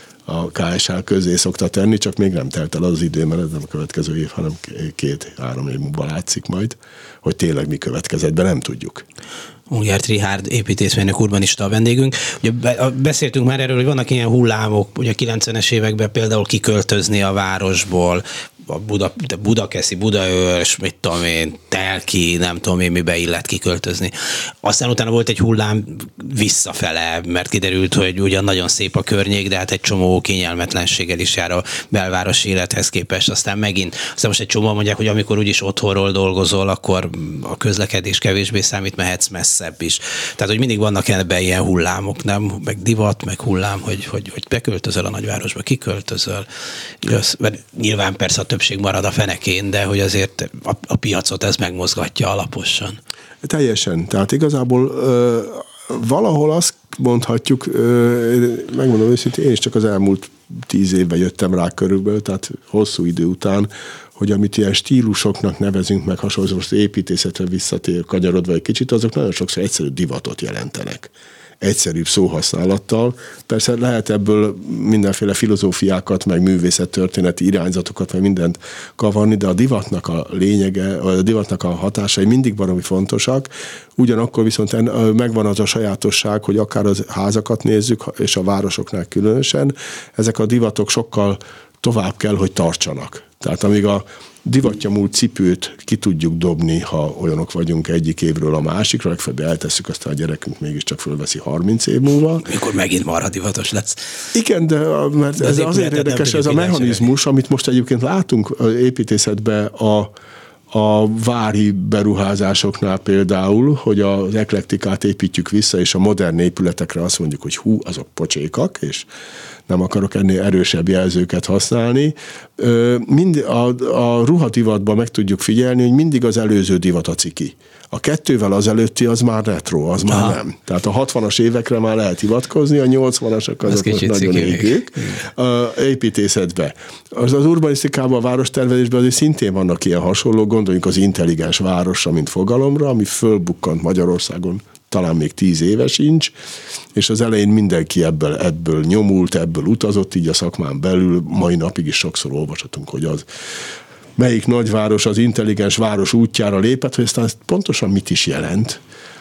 a ká es há közé szokta tenni, csak még nem telt el az idő, mert ez nem a következő év, hanem két-három év múlva látszik majd, hogy tényleg mi következett, de nem tudjuk. Ungert Richárd építészmérnök urbanista a vendégünk. Ugye beszéltünk már erről, hogy vannak ilyen hullámok, ugye a kilencvenes években például kiköltözni a városból, a Buda, Budakeszi, Budaörs, mit tudom én, Telki, nem tudom én, mibe illet kiköltözni. Aztán utána volt egy hullám visszafele, mert kiderült, hogy ugyan nagyon szép a környék, de hát egy csomó kényelmetlenséggel is jár a belvárosi élethez képest. Aztán megint, aztán most egy csomó mondják, hogy amikor úgyis otthonról dolgozol, akkor a közlekedés kevésbé számít, mehetsz messzebb is. Tehát, hogy mindig vannak ebben ilyen hullámok, nem? Meg divat, meg hullám, hogy, hogy, hogy beköltözöl a nagyvárosba, kiköltözöl. Jössz, mert nyilván persze a többség marad a fenekén, de hogy azért a, a piacot ez megmozgatja alaposan. Teljesen. Tehát igazából ö, valahol azt mondhatjuk, ö, megmondom őszintén, én is csak az elmúlt tíz évben jöttem rá körülbelül, tehát hosszú idő után, hogy amit ilyen stílusoknak nevezünk meg, hasonló az építészetre visszatér, kanyarodva egy kicsit, azok nagyon sokszor egyszerű divatot jelentenek. Egyszerűbb szóhasználattal. Persze lehet ebből mindenféle filozófiákat, meg művészettörténeti irányzatokat, meg mindent kavarni, de a divatnak a lényege, a divatnak a hatásai mindig baromi fontosak. Ugyanakkor viszont megvan az a sajátosság, hogy akár az házakat nézzük, és a városoknál különösen, ezek a divatok sokkal tovább kell, hogy tartsanak. Tehát amíg a divatja múlt cipőt ki tudjuk dobni, ha olyanok vagyunk egyik évről a másikra, legfeljebb eltesszük, aztán a gyerekünk mégiscsak fölveszi harminc év múlva. Mikor megint marha divatos lesz. Igen, de mert de ez azért érdekes, ez a mechanizmus, amit most egyébként látunk az építészetben a a vári beruházásoknál például, hogy az eklektikát építjük vissza, és a modern épületekre azt mondjuk, hogy hú, azok pocsékak, és nem akarok ennél erősebb jelzőket használni. Mind, a, a ruhadivatban meg tudjuk figyelni, hogy mindig az előző divat a ciki. A kettővel az előtti az már retro, az már Aha. nem. Tehát a hatvanas évekre már lehet hivatkozni, a nyolcvanasak azok most nagyon égők. Építészetbe. Az, az urbanisztikában, a várostervezésben azért szintén vannak ilyen hasonló, gondoljunk az intelligens városra, mint fogalomra, ami fölbukkant Magyarországon, talán még tíz éve sincs, és az elején mindenki ebből, ebből nyomult, ebből utazott, így a szakmán belül, mai napig is sokszor olvashatunk, hogy az melyik nagyváros az intelligens város útjára lépett, hogy aztán pontosan mit is jelent.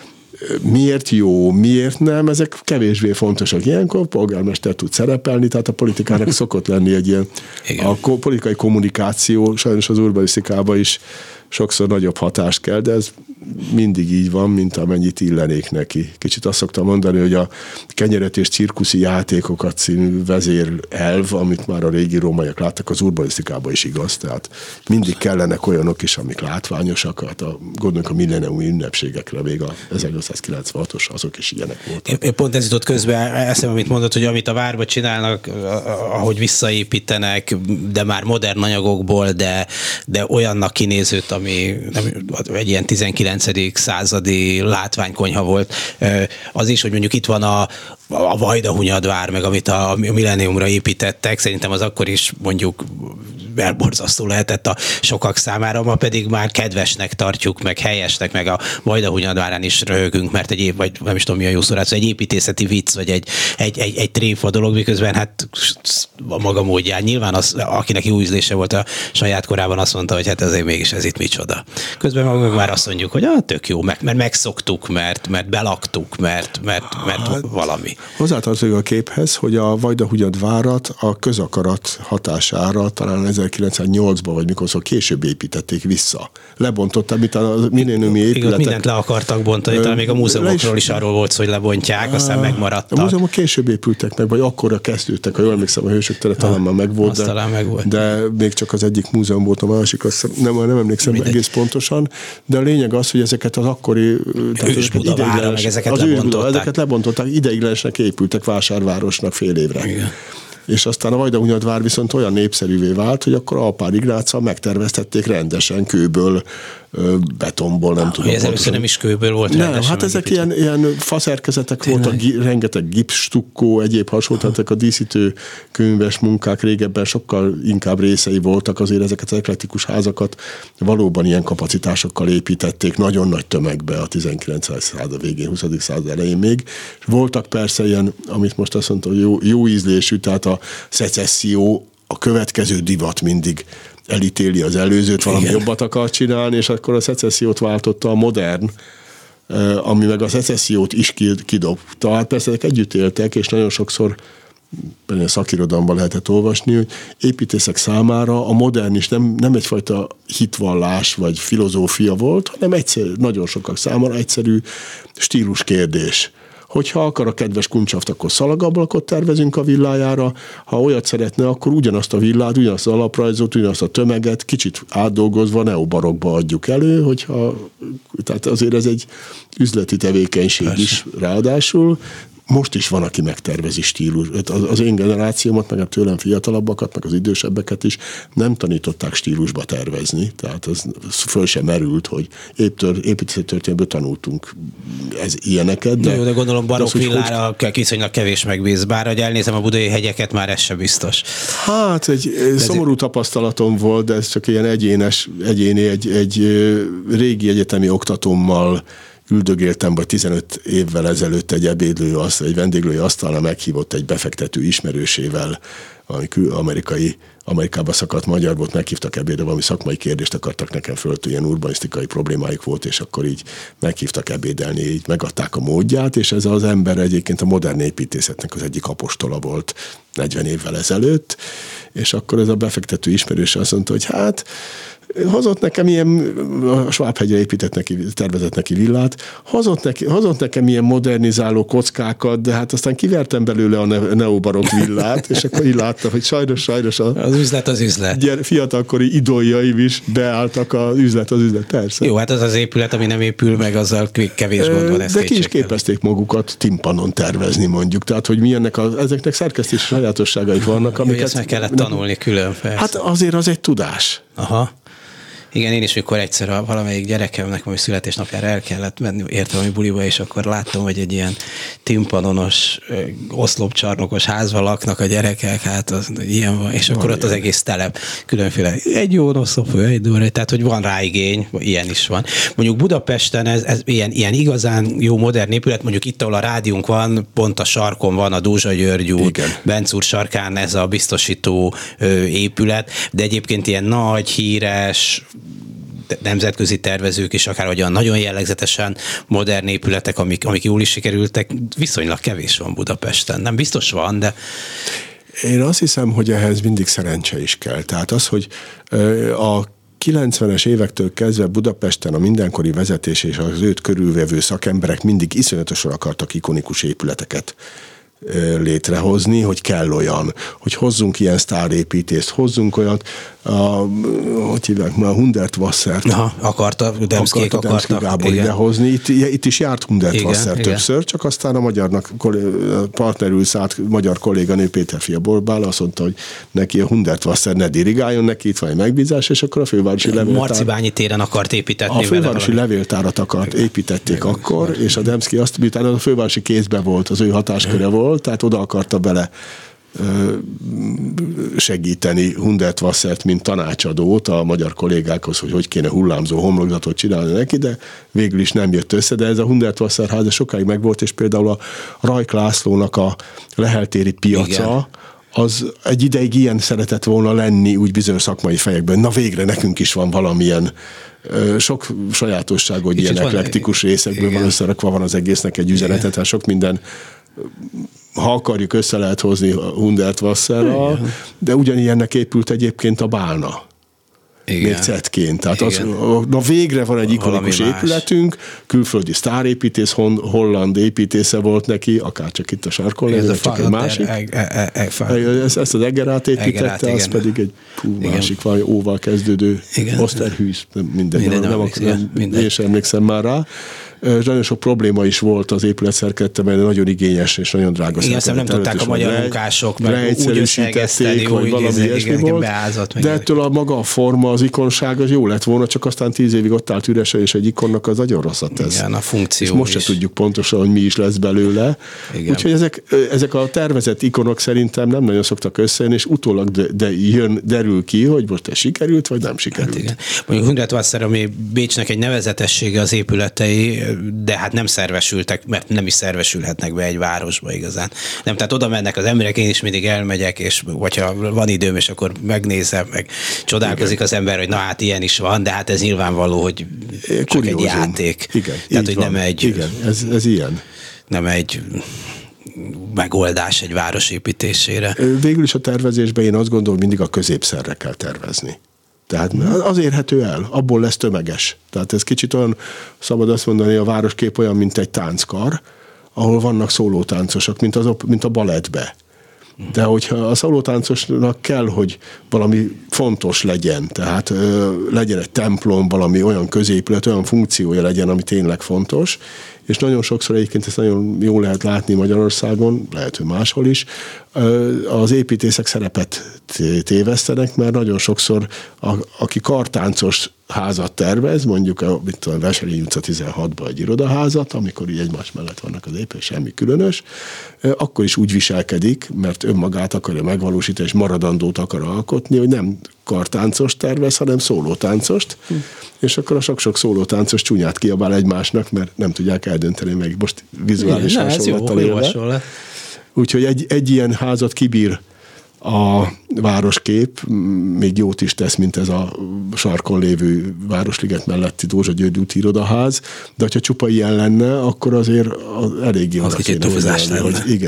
Miért jó, miért nem, ezek kevésbé fontosak. Ilyenkor polgármester tud szerepelni, tehát a politikának szokott lenni egy ilyen, igen. A politikai kommunikáció, sajnos az urbanisztikában is sokszor nagyobb hatást kell, de ez mindig így van, mint amennyit illenék neki. Kicsit azt szoktam mondani, hogy a kenyeret és cirkuszi játékokat című vezérelv, amit már a régi rómaiak láttak, az urbanisztikában is igaz. Tehát mindig kellenek olyanok is, amik látványosak. Hát a, gondoljunk a milleniumi ünnepségekre, még a ezernyolcszázkilencvenhatos, azok is ilyenek voltak. Én pont ez jutott közben eszem, amit mondod, hogy amit a várba csinálnak, ahogy visszaépítenek, de már modern anyagokból, de, de olyannak kinézőt, ami nem, egy ilyen tizenkilencedik századi látványkonyha volt. Az is, hogy mondjuk itt van a, a Vajdahunyadvár, meg amit a millenniumra építettek, szerintem az akkor is mondjuk elborzasztó lehetett a sokak számára, ma pedig már kedvesnek tartjuk, meg helyesnek, meg a Vajdahunyadvárán is röhögünk, mert egy év, vagy nem is tudom mi a jó szó, egy építészeti vicc, vagy egy, egy, egy, egy tréfa dolog, miközben hát a maga módján. Nyilván az, akinek jó ízlése volt a saját korában, azt mondta, hogy hát azért mégis ez itt micsoda. Közben magunk már azt mondjuk, hogy ah, tök jó, mert megszoktuk, mert, mert belaktuk, mert, mert, mert hát, valami. Hozzátartozik a képhez, hogy a Vajdahunyadvárat a közakarat hatására talán ezerkilencszáznyolcban, vagy mikor szó később építették vissza. Lebontották, mint a milléniumi épületek. Mindent le akartak bontani, talán még a múzeumokról is, is arról volt, hogy lebontják, aztán megmaradtak. A múzeumok később épültek meg, vagy akkorra kezdődtek, ha jól emlékszem, a Hősök tere talán már megvolt, de, talán megvolt. De még csak az egyik múzeum volt, a másik, azt nem, nem emlékszem Mindegy. egész pontosan, de a lényeg az, hogy ezeket az akkori Ősbudavára, meg ezeket az lebontották. Ezeket lebontották, ideiglenesnek épültek vásárvárosnak fél évre. Igen. És aztán a Vajdahunyadvár viszont olyan népszerűvé vált, hogy akkor Alpár Ignáccal megterveztették rendesen kőből, betonból, nem ah, tudom. Ez először nem is kőből volt. Nem, hát ezek ilyen, ilyen faszerkezetek Tényleg. voltak, rengeteg gipsstukkó, egyéb hasonlók, a díszítő könyves munkák régebben sokkal inkább részei voltak, azért ezeket az eklektikus házakat valóban ilyen kapacitásokkal építették, nagyon nagy tömegbe a tizenkilencedik század végén, huszadik század elején még. És voltak persze ilyen, amit most azt mondta, hogy jó, jó ízlésű, tehát a szecesszió, a következő divat mindig elítéli az előzőt, valami Igen. jobbat akar csinálni, és akkor a szecessziót váltotta a modern, ami meg a szecessziót is kidobta. Hát persze ezek együtt éltek, és nagyon sokszor a szakirodalomban lehetett olvasni, hogy építészek számára a modern is nem, nem egyfajta hitvallás vagy filozófia volt, hanem egyszer, nagyon sokak számára egyszerű stíluskérdés. Hogyha akar a kedves kuncsaft, akkor szalagablakot tervezünk a villájára, ha olyat szeretne, akkor ugyanazt a villát, ugyanazt az alaprajzot, ugyanazt a tömeget kicsit átdolgozva neobarokba adjuk elő, hogyha, tehát azért ez egy üzleti tevékenység Persze. is ráadásul. Most is van, aki megtervezi stílus. Az én generációmat, meg a tőlem fiatalabbakat, meg az idősebbeket is nem tanították stílusba tervezni. Tehát ez föl sem merült, hogy építészettörténetből tanultunk ez ilyeneket. De, de, de gondolom barokk villára hogy... viszonylag kevés megbíz. Bár, hogy elnézem a budai hegyeket, már ez sem biztos. Hát egy de szomorú ez... tapasztalatom volt, de ez csak ilyen egyénes, egyéni, egy, egy régi egyetemi oktatómmal üldögéltem, vagy tizenöt évvel ezelőtt egy ebédlő, egy vendéglői asztalnál meghívott egy befektető ismerősével, ami amerikai, Amerikába szakadt magyar volt, meghívtak ebédre, valami szakmai kérdést akartak nekem föl, ilyen urbanisztikai problémáik volt, és akkor így meghívtak ebédelni, így megadták a módját, és ez az ember egyébként a modern építészetnek az egyik apostola volt negyven évvel ezelőtt, és akkor ez a befektető ismerős azt mondta, hogy hát hozott nekem ilyen, a Schwab-hegyre épített neki, tervezett neki villát, hozott, neki, hozott nekem ilyen modernizáló kockákat, de hát aztán kivertem belőle a neobarokk villát, és akkor így láttam, hogy sajnos, sajnos a az üzlet az üzlet. Gyere, fiatalkori idoljaim is beálltak, az üzlet az üzlet, persze. Jó, hát az az épület, ami nem épül meg, azzal kevés gond van. De ki is képezték magukat timpanon tervezni, mondjuk. Tehát, hogy milyennek a, ezeknek szerkesztési sajátosságaik vannak, amiket... Ezt meg kellett tanulni külön. Persze. Hát azért az egy tudás. Aha. Igen, én is, mikor egyszer a valamelyik gyerekemnek, ami születésnapjára el kellett menni, értem, hogy buliba, és akkor láttam, hogy egy ilyen timpanonos, oszlopcsarnokos házban laknak a gyerekek, hát az, ilyen van, és akkor van ott ilyen. Az egész telep különféle, egy jó oszlop, egy durva, tehát, hogy van rá igény, ilyen is van. Mondjuk Budapesten ez, ez ilyen, ilyen igazán jó modern épület, mondjuk itt, ahol a rádiónk van, pont a sarkon van a Dózsa György út, Benc úr sarkán ez a biztosító épület, de egyébként ilyen nagy, híres, nemzetközi tervezők is, akár olyan nagyon jellegzetesen modern épületek, amik, amik jól is sikerültek, viszonylag kevés van Budapesten. Nem biztos van, de... Én azt hiszem, hogy ehhez mindig szerencse is kell. Tehát az, hogy a kilencvenes évektől kezdve Budapesten a mindenkori vezetés és az őt körülvevő szakemberek mindig iszonyatosan akartak ikonikus épületeket létrehozni, hogy kell olyan, hogy hozzunk ilyen sztárépítést, hozzunk olyat, a, hogy hívják már, a Hundertwassert. Aha, akarta, Demszkék akartak. Gábor idehozni. Itt, itt is járt Hundertwasser többször, igen. Csak aztán a magyarnak partnerül szállt magyar kolléganő Péter Fia Borbál, azt mondta, hogy neki a Hundertwasser ne dirigáljon, neki itt van egy megbízás, és akkor a fővárosi levéltár... Marcibányi téren akart építetni. A fővárosi vele levéltárat akart, igen. építették igen. akkor, igen. és a Demszki azt, miután a fővárosi kézbe volt, az ő hatásköre volt, tehát oda akarta bele segíteni Hundertwassert, mint tanácsadót a magyar kollégákhoz, hogy hogy kéne hullámzó homlokzatot csinálni neki, de végül is nem jött össze, de ez a Hundertwasser háza sokáig megvolt, és például a Rajk Lászlónak a leheltéri piaca, igen. az egy ideig ilyen szeretett volna lenni úgy bizonyos szakmai fejekben. Na végre nekünk is van valamilyen sok sajátosság, hogy ilyen eklektikus részekből igen. van összerakva, van az egésznek egy üzenetet, tehát sok minden, ha akarjuk, össze lehet hozni a Hundertwasserral, de ugyanilyennek épült egyébként a Bálna. Igen. Még cetként. Tehát az, na végre van egy ikonikus épületünk, külföldi sztárépítész, holland építésze volt neki, akár csak itt a sarkon lévő, csak egy másik. Ezt, ezt az Egerát építette, az pedig egy pú, másik valami óval kezdődő Oszterhűz, mindegy, minden, nem, nem, nem, nem én sem emlékszem már rá. Nagyon sok probléma is volt az épület szerkezetben, nagyon igényes és nagyon drága. Igen, azt nem tudták a magyar munkások, meg úgy összeegeszteni, vagy valami ilyesmi volt. De ettől a maga a forma, az ikonság az jó lett volna, csak aztán tíz évig ott állt üresen, és egy ikonnak az nagyon rosszat tesz. Igen, a funkció és most is. Se tudjuk pontosan, hogy mi is lesz belőle. Igen. Úgyhogy ezek, ezek a tervezett ikonok szerintem nem nagyon szoktak összejönni, és utólag de, de jön, derül ki, hogy most ez sikerült, vagy nem sikerült. Hát igen. Mondjuk Hundertwasser, ami Bécsnek egy nevezetessége az épületei, de hát nem szervesültek, mert nem is szervesülhetnek be egy városba igazán. Nem, tehát oda mennek az emberek, én is mindig elmegyek, és hogyha van időm, és akkor megnézem, meg csodálkozik igen. az ember, hogy na hát ilyen is van, de hát ez nyilvánvaló, hogy csak kuriózum. Egy játék. Igen, tehát, hogy van. Nem egy... Igen, ez, ez ilyen. Nem egy megoldás egy város építésére. Végül is a tervezésben én azt gondolom, mindig a középszerre kell tervezni. Tehát az érhető el, abból lesz tömeges. Tehát ez kicsit olyan, szabad azt mondani, a városkép olyan, mint egy tánckar, ahol vannak szólótáncosok, mint, az, mint a balettbe. De hogyha a szólótáncosnak kell, hogy valami fontos legyen, tehát ö, legyen egy templom, valami olyan középület, olyan funkciója legyen, ami tényleg fontos, és nagyon sokszor egyébként ezt nagyon jól lehet látni Magyarországon, lehet, hogy máshol is, az építészek szerepet tévesztenek, mert nagyon sokszor a, aki kartáncos házat tervez, mondjuk a, a Veselényi utca tizenhatban egy irodaházat, amikor így egymás mellett vannak az épület, semmi különös, akkor is úgy viselkedik, mert önmagát akarja megvalósítani, és maradandót akar alkotni, hogy nem kartáncos tervez, hanem szólótáncost, hm. és akkor a sok-sok szólótáncos csúnyát kiabál egymásnak, mert nem tudják eldönteni meg most vizuális hasonlattal élve. Úgyhogy egy, egy ilyen házat kibír a városkép, még jót is tesz, mint ez a sarkon lévő Városliget melletti Dózsa György úti irodaház, de hogyha csupa ilyen lenne, akkor azért eléggé az kicsit túlzás lenne. Hogy igen.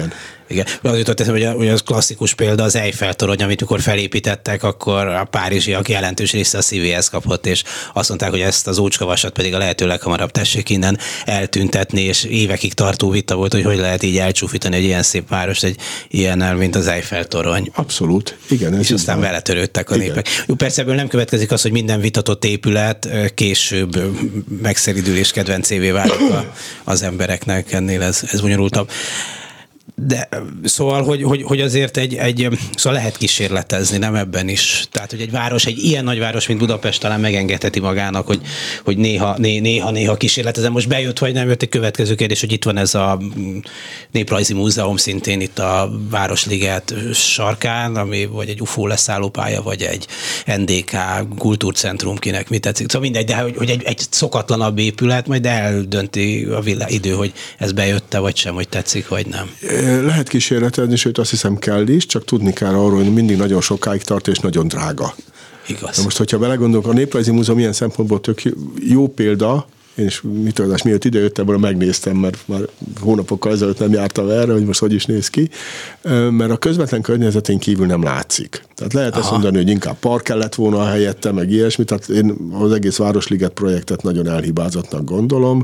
Igen, az jutott eszembe, hogy az klasszikus példa az Eiffel-torony, amit mikor felépítettek, akkor a párizsiak jelentős része a szívéhez kapott, és azt mondták, hogy ezt az ócskavasat pedig a lehető leghamarabb tessék innen eltüntetni, és évekig tartó vita volt, hogy hogy lehet így elcsúfítani egy ilyen szép várost, egy ilyennel, mint az Eiffel-torony. Abszolút, igen. Ez és aztán vele törődtek a igen. népek. Jó, persze ebből nem következik az, hogy minden vitatott épület később megszeridülés kedvencévé válik az embereknek, ennél ez, ez bonyolultabb. De szóval, hogy, hogy, hogy azért egy, egy, szóval lehet kísérletezni, nem ebben is. Tehát, hogy egy város, egy ilyen nagyváros, mint Budapest talán megengedheti magának, hogy, hogy néha, né, néha, néha kísérletezem. Most bejött, vagy nem jött egy következő kérdés, hogy itt van ez a Néprajzi Múzeum szintén itt a Városliget sarkán, ami vagy egy u f o leszállópálya, vagy egy en dé ká kultúrcentrum, kinek mit tetszik. Szóval mindegy, de hogy, hogy egy, egy szokatlanabb épület, majd eldönti a vilá, idő, hogy ez bejött-e, vagy sem, hogy tetszik, vagy nem. Lehet kísérletezni, sőt azt hiszem kell is, csak tudni kell arról, hogy mindig nagyon sokáig tart, és nagyon drága. Igaz. Na most, hogyha belegondolunk, a Néprajzi Múzeum ilyen szempontból tök jó példa, én is mit tudás, miatt idejöttem, ebből megnéztem, mert már hónapokkal ezelőtt nem jártam erre, hogy most hogy is néz ki, mert a közvetlen környezetén kívül nem látszik. Tehát lehet Aha. ezt mondani, hogy inkább park kellett volna a helyette, meg ilyesmi, tehát én az egész Városliget projektet nagyon elhibázottnak gondolom.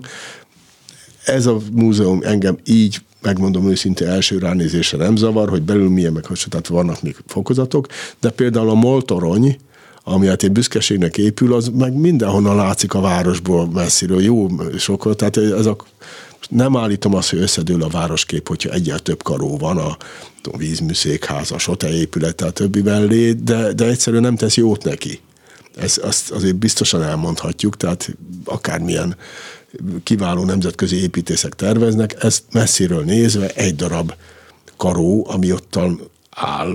Ez a múzeum engem így, megmondom őszintén, első ránézésre nem zavar, hogy belül milyen meg, tehát vannak még fokozatok, de például a Moltorony, ami hát egy büszkeségnek épül, az meg mindenhonnan látszik a városból messziről, jó sokkal, tehát ez a, nem állítom azt, hogy összedől a városkép, hogyha egyel több karó van, a, a vízműszékház, a SOTE épület, a többi mellé, de, de egyszerűen nem tesz jót neki. Ez, azt azért biztosan elmondhatjuk, tehát akármilyen kiváló nemzetközi építészek terveznek, ezt messziről nézve egy darab karó, ami ottan áll,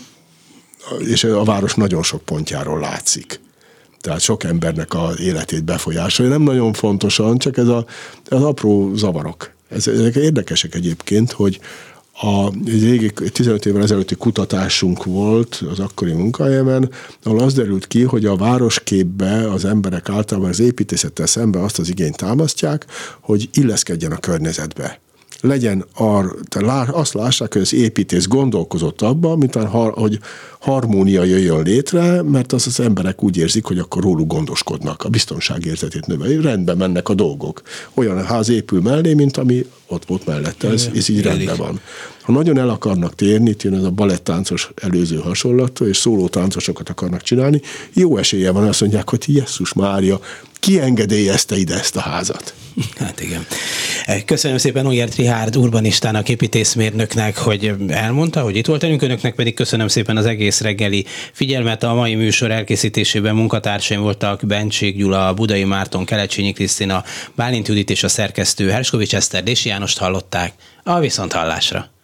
és a város nagyon sok pontjáról látszik. Tehát sok embernek az életét befolyásolja. Nem nagyon fontosan, csak ez a, az apró zavarok. Ez, ezek érdekesek egyébként, hogy a régi, tizenöt évvel ezelőtti kutatásunk volt az akkori munkahelyemen, ahol az derült ki, hogy a városképbe az emberek általában az építészettel szemben azt az igényt támasztják, hogy illeszkedjen a környezetbe. Legyen ar, azt lássák, hogy az építész gondolkozott abban, mint hogy harmónia jöjjön létre, mert az az emberek úgy érzik, hogy akkor róluk gondoskodnak, a biztonságérzetét növeli, rendben mennek a dolgok. Olyan ház épül mellé, mint ami ott volt mellette, ez, ez így rendben van. Ha nagyon el akarnak térni, itt jön ez a balettáncos előző hasonlattól, és szólótáncosokat akarnak csinálni, jó esélye van, azt mondják, hogy Jesszus Mária, ki engedélyezte ide ezt a házat? Hát igen. Köszönöm szépen Ungert Richárd urbanistának, építészmérnöknek, hogy elmondta, hogy itt volt velünk, önöknek pedig köszönöm szépen az egész reggeli figyelmet. A mai műsor elkészítésében munkatársaim voltak Bencsik Gyula, Budai Márton, Kelecsényi Krisztina, Bálint Judit és a szerkesztő Herskovics Eszter, Dési Jánost hallották. A viszonthallásra.